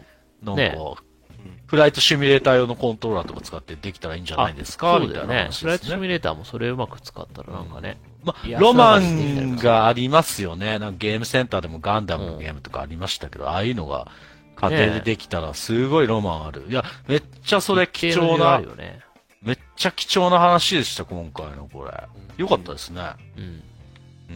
なんか、ね、フライトシミュレーター用のコントローラーとか使ってできたらいいんじゃないですか？ そうだよね。フライトシミュレーターもそれうまく使ったらなんかね。 うん、まあ、ロマンがありますよね。なんかゲームセンターでもガンダムのゲームとかありましたけど、うん、ああいうのが家庭でできたらすごいロマンある。ね、いや、めっちゃそれ貴重な、ね、めっちゃ貴重な話でした、今回のこれ。よかったですね。 うん。 うん。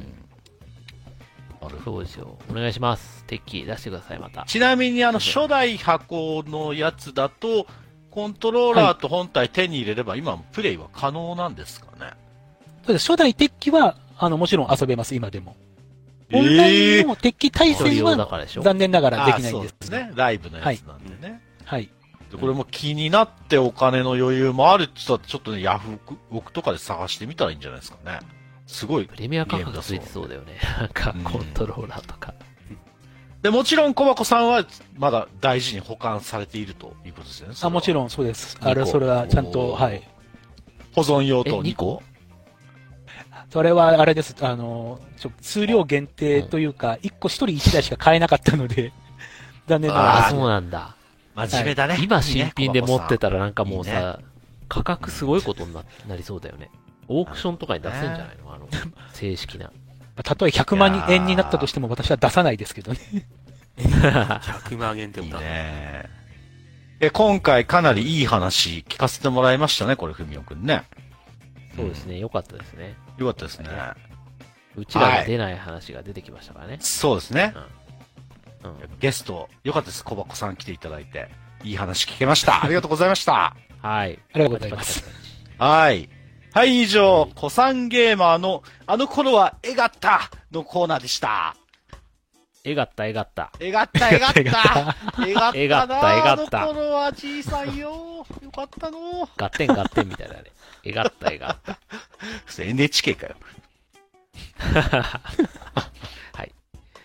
そうですよ。お願いします。テッキー出してください、また。 ちなみに、あの、初代箱のやつだと、コントローラーと本体手に入れれば、はい、今、プレイは可能なんですかね。 そうです。初代テッキは、あの、もちろん遊べます、今でも。オンラインのテッキ対戦は、残念ながらできないんです。 そうですね。ライブのやつなんでね。 はい。はいでこれも気になってお金の余裕もあるって言ったら、ちょっとね、ヤフオクとかで探してみたらいいんじゃないですかね。すごい。 プレミア価格がついてそうだよね。なんか、コントローラーとか。 で、もちろん、小箱さんは、まだ大事に保管されているということですよね。 あ、もちろん、そうです。あれ、それは、ちゃんと、はい。 保存用とにこそれは、あれです。あの、数量限定というか、いっこひとりいちだいしか買えなかったので、残念ながら。 ああ、そうなんだ。 真面目だね。 今新品で持ってたらなんかもうさ、価格すごいことになりそうだよね。オークションとかに出せんじゃないのあの、正式な。 たとえひゃくまんえんになったとしても私は出さないですけどね。 ひゃくまんえんってことだね。え、今回かなりいい話聞かせてもらいましたね、これ、ふみおくんね。 そうですね、よかったですね。 よかったですね。 うちらが出ない話が出てきましたからね。 そうですね。 うん、 ゲスト、よかったです。小箱さん来ていただいて。いい話聞けました。ありがとうございました。 はい。 ありがとうございます。 はい。はい、以上、古参ゲーマーの、あの頃は絵がったのコーナーでした。 絵がった、絵がった。 絵がった、絵がった。絵がった、 絵がった、絵がった。 あの頃は小さいよ。よかったの。 ガッテン、ガッテンみたいなね。絵がった、絵がった。 それ エヌエイチケー かよ。 はい。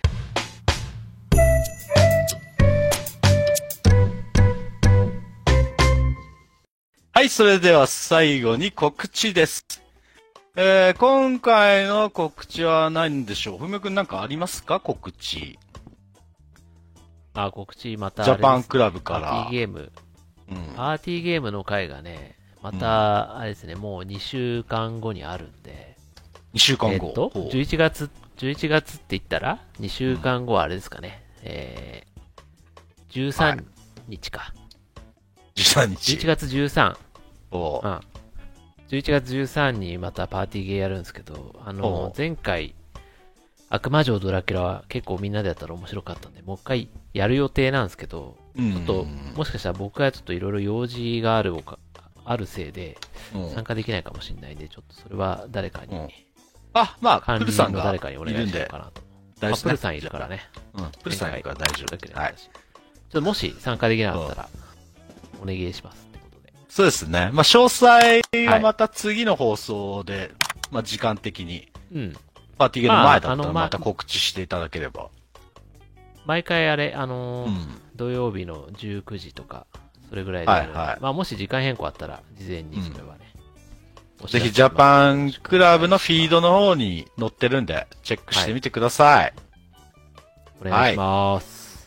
はい、それでは最後に告知です。えー、今回の告知は何でしょう？ふみおくんなんかありますか？告知。 あ、告知また、 ジャパンクラブから。 パーティーゲーム。うん。パーティーゲームの回がね、また、あれですね、もうにしゅうかんごにあるんで。 にしゅうかんご。 えっと、じゅういちがつ、じゅういちがつって言ったら、にしゅうかんごはあれですかね。うん、えー、じゅうさんにちか。 じゅうさんにち。 じゅういちがつじゅうさん。 おう。 うん。じゅういちがつじゅうさんにまたパーティーゲーやるんですけど、あの、前回、悪魔城ドラキュラは結構みんなでやったら面白かったんで、もう一回やる予定なんですけど、ちょっと、もしかしたら僕はちょっといろいろ用事があるか、あるせいで、参加できないかもしれないんで、ちょっとそれは誰かに、 あ、まあ、 管理人の誰かにお願いしようかなと。 大丈夫。プルさんいるからね。 うん、プルさんいるから大丈夫。はい。 ちょっともし参加できなかったら、お願いしますってことで。 そうですね。まあ、詳細はまた次の放送で、はい、まあ、時間的に。 うん。 パーティーゲーム前だったらまた告知していただければ。まあ、 毎回あれ、あのーうん、土曜日のじゅうくじとか、それぐらいで、はいはい、まあもし時間変更あったら、事前にそれはね。 うん、ぜひジャパンクラブのフィードの方に載ってるんで、チェックしてみてください。はい、 お願いします。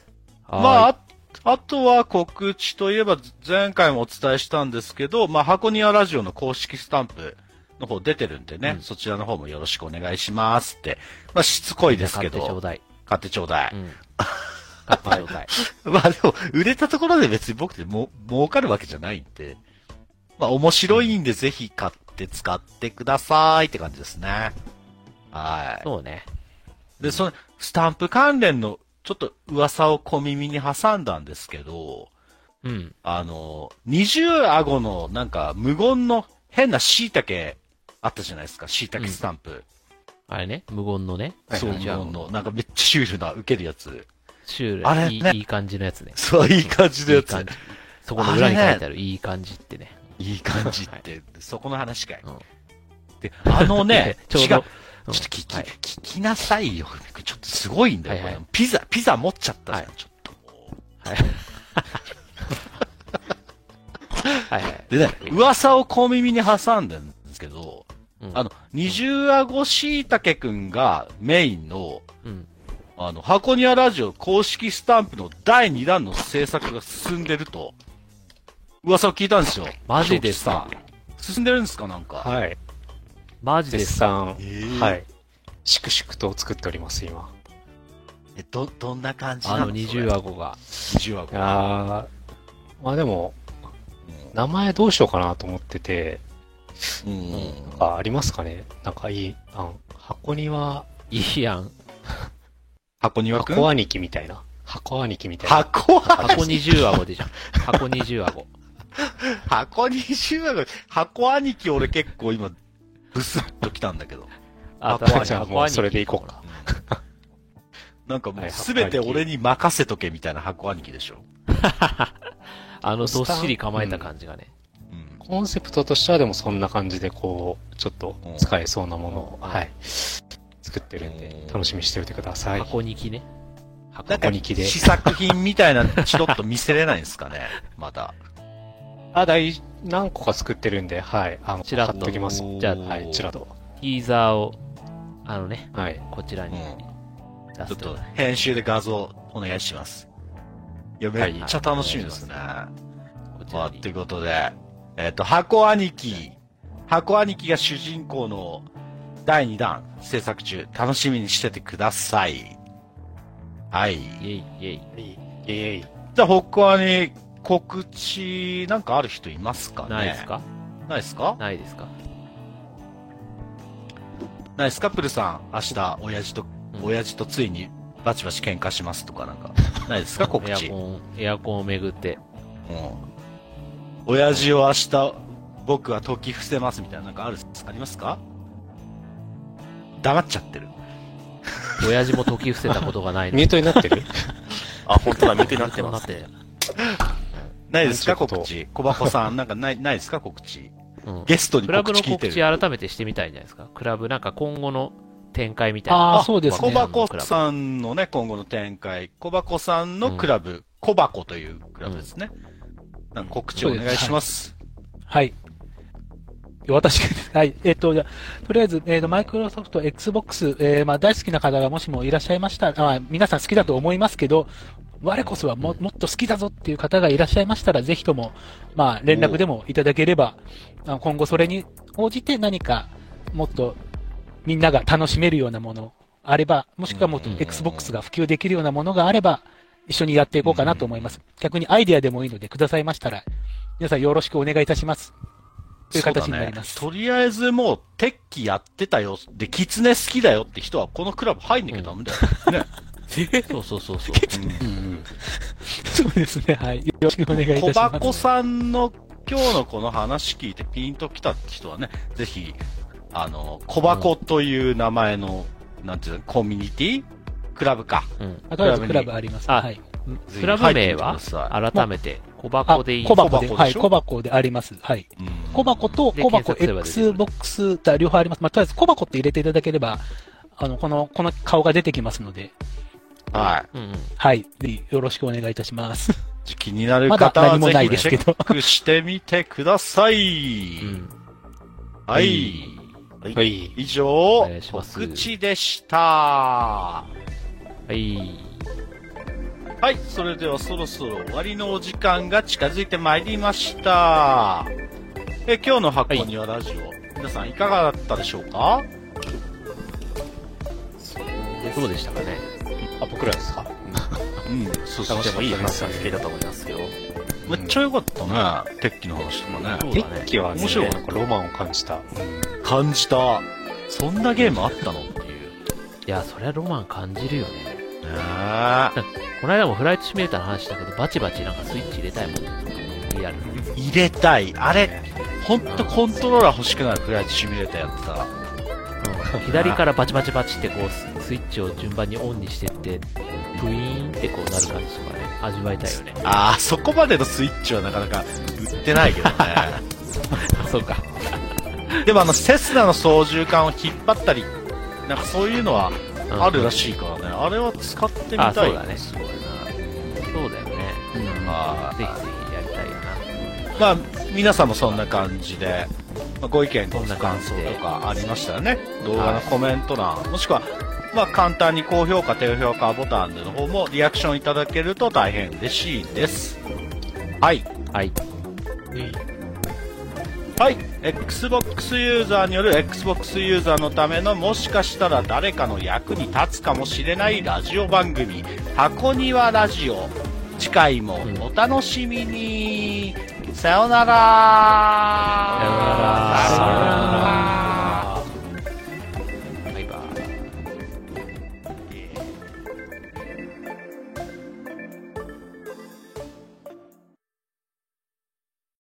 はい、まあ、あとは告知といえば、前回もお伝えしたんですけど、まあ、箱庭ラジオの公式スタンプの方出てるんでね、うん、そちらの方もよろしくお願いしますって。まあ、しつこいですけど。 買ってちょうだい。 買ってちょうだい。うん、 買ってちょうだい。 まあでも、売れたところで別に僕でも儲かるわけじゃないんで、まあ面白いんでぜひ買って使ってくださいって感じですね。はい。 そうね。 で、その、スタンプ関連のちょっと噂を小耳に挟んだんですけど、 うん。 あの、二重顎のなんか無言の変な椎茸あったじゃないですか、椎茸スタンプ。うん、 あれね、無言のね。 そう、無言の。なんかめっちゃシュールな、受けるやつ。 シュール。あれ、ね、いい、いい感じのやつね。 そう、いい感じのやつ。いいそこの裏に書いてあるいい感じってね。 いい感じって、はい、そこの話かい。うん、で、あのね、 ちょうど。 ちょっと聞き、はい、聞きなさいよ。ちょっとすごいんだよ、はいはい、ピザ、ピザ持っちゃったじゃん、はい、ちょっともう。はい。はいはい。でね、噂を小耳に挟んでるんですけど、うん、あの、二重顎しいたけくんがメインの、うん、あの、箱庭ラジオ公式スタンプのだいにだんの制作が進んでると、噂を聞いたんですよ。 マジですか？ 進んでるんですか、なんか。 はい。 マジですか？はい。粛々と作っております、今。 え、ど、どんな感じなの？ あの二重顎が。 二重顎が。 あー、まあでも、名前どうしようかなと思ってて、うん、なんかありますかね、なんかいい案、 箱庭。 いいやん。 箱庭くん箱兄貴みたいな。箱兄貴みたいな。 箱箱二重顎でじゃん。箱二重顎。 箱二重顎。箱兄貴俺結構今、ブスッときたんだけど。 あ、 確かに箱兄貴。それでいこうか。 なんかもうすべて俺に任せとけみたいな箱兄貴でしょ。 あのどっしり構えた感じがね。 コンセプトとしてはでもそんな感じでこう、ちょっと使えそうなものを、はい。作ってるんで、楽しみにしておいてください。 箱にきね。 箱にきで。 試作品みたいなチロッと見せれないんですかね、まだ。 あ、だい、何個か作ってるんで、はい。あの、 チラッと。 貼っときます。 じゃあ、 はい、チラッと。 ティーザーを、あのね、 はい。 こちらに出すと。ちょっと編集で画像お願いします。いや、めっちゃ楽しみですね。まあ、ということで、えっと、箱兄貴。箱兄貴が主人公のだいにだん制作中、楽しみにしててください。はい。イェイ、イェイ。イェイ。 じゃあ、他に告知なんかある人いますかね？ ないですか？ ないですか？ ないですか？ ないですか？プルさん、明日、親父と、うん、親父とついにバチバチ喧嘩しますとかなんか、ないですか？告知。 エアコン、エアコンをめぐって。 うん。親父を明日、僕は解き伏せますみたいななんかある、ありますか？黙っちゃってる。 親父も解き伏せたことがないミュートになってるあ、本当だ、ミュートになってますね。 ないですか告知。小箱さん、なんかない、ないですか告知。うん、ゲストに告知聞いてる。 クラブの告知改めてしてみたいんじゃないですか。クラブなんか今後の展開みたいな。 ああ、そうですね。 小箱さんのね、今後の展開。小箱さんのクラブ、うん、小箱というクラブですね。うん、なんか告知お願いします。 はい。私が、はい。えっ、ー、と、じゃとりあえず、えっ、ー、と、マイクロソフト Xbox、えー、まあ、大好きな方がもしもいらっしゃいましたら、あ皆さん好きだと思いますけど、我こそはももっと好きだぞっていう方がいらっしゃいましたら、ぜひとも、まあ、連絡でもいただければ、今後それに応じて何か、もっとみんなが楽しめるようなものあれば、もしくはもっと Xbox が普及できるようなものがあれば、一緒にやっていこうかなと思います。逆にアイデアでもいいのでくださいましたら、皆さんよろしくお願いいたします。という形になります。 ね、とりあえずもう、鉄器やってたよ。で、キツネ好きだよって人は、このクラブ入んなきゃダメだよ。うん、ね。 そうそうそうそう。 うん、そうですね。はい。よろしくお願いいたします。 小箱さんの今日のこの話聞いてピンときた人はね、ぜひ、あの、小箱という名前の、うん、なんていうの、コミュニティクラブか。 うん。クラブ、クラブあります。はい。 クラブ名は改めて、小箱でいい小箱で、はい、小箱であります。はい。小箱と小箱 Xbox と両方あります。まあ、とりあえず小箱って入れていただければ、あの、この、この顔が出てきますので。 はい。 うん、はい。ぜひよろしくお願いいたします。 気になる方はぜひチェックしてみてください。うん、はい。はい。以上、告知でした。 はい。 はい。それではそろそろ終わりのお時間が近づいてまいりました。え、今日の箱庭ラジオ、はい、皆さんいかがだったでしょうか？ どうでしたかね。 あ、僕らですか？ うん。そうそう。 でもいい話が聞けたと思いますよ。 めっちゃ良かったね。鉄器の話とかね。 鉄器はね、面白い。なんかロマンを感じた。 感じた。そんなゲームあったのっていう。 いや、そりゃロマン感じるよね。 ねこの間もフライトシミュレーターの話したけど、バチバチなんかスイッチ入れたいもん。リアル。 入れたい。あれ、ほんとコントローラー欲しくなる、フライトシミュレーターやってたら。 うん、左からバチバチバチってこう、スイッチを順番にオンにしてって、プイーンってこうなる感じとかね、味わいたいよね。 ああ、そこまでのスイッチはなかなか売ってないけどね。 そうか。 でもあの、セスナの操縦桿を引っ張ったり、なんかそういうのはあるらしいからね。うん、あれは使ってみたい。 あ、そうだね。 すごいな。 そうだよね。うん。まあ、ぜひぜひやりたいよな。 まあ、皆さんもそんな感じで、まあ、ご意見、ご感想とかありましたらね、動画のコメント欄、もしくは、まあ、簡単に高評価、低評価ボタンの方もリアクションいただけると大変嬉しいです。はい。 はい。 はい。Xbox ユーザーによる Xbox ユーザーのためのもしかしたら誰かの役に立つかもしれないラジオ番組、箱庭ラジオ。次回もお楽しみに。うん、さよなら。 さよなら。